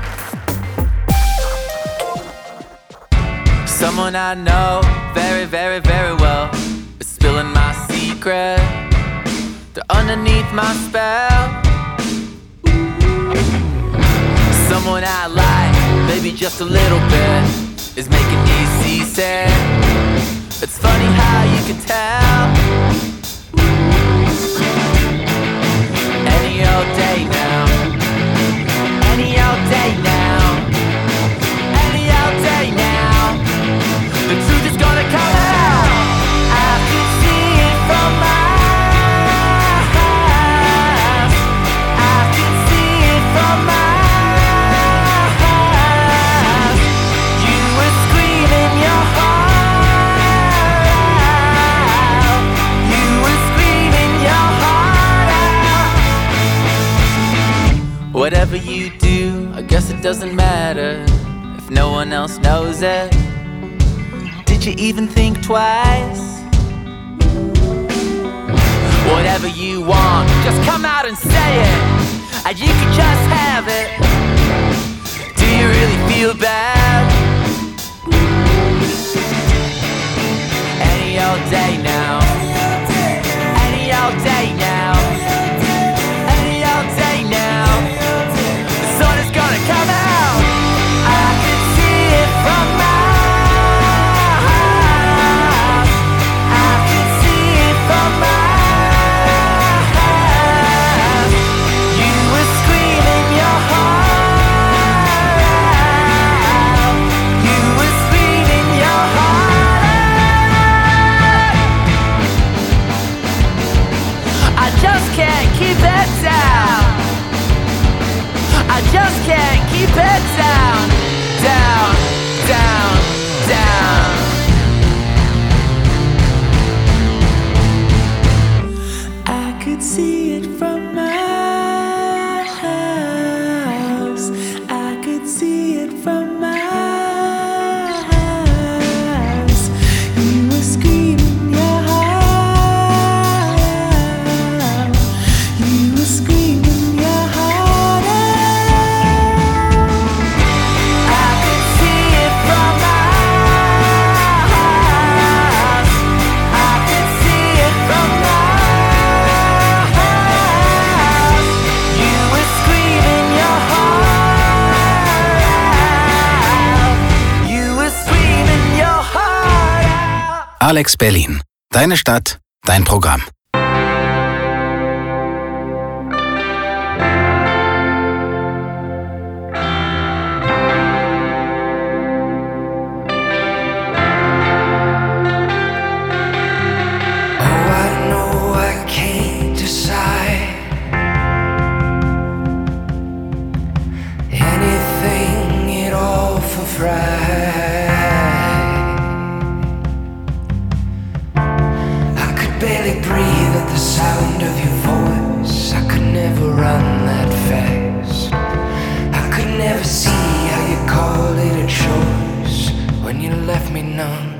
Speaker 5: Someone I know very, very, very well is spilling my secret. They're underneath my spell. Someone I like, maybe just a little bit, is making me seasick. It's funny how you can tell. Any old day now. Any old day now. Any old day now. The truth is gonna come out. I can see it from my house. I can see it from my house. You were screaming your heart out. You were screaming your heart out. Whatever you do, I guess it doesn't matter if no one else knows it. Did you even think twice? Whatever you want, just come out and say it, and you can just have it. Do you really feel bad? Any old day now. Any old day now. Any old day now. The sun is gonna come out. I can see it from my I just can't keep it down, down, down, down. I could see it from my house. I could see it from my house. You were screaming your heart out. You were screaming your heart out.
Speaker 6: Alex Berlin. Deine Stadt, dein Programm.
Speaker 5: Sound of your voice, I could never run that fast. I could never see how you call it a choice when you left me numb.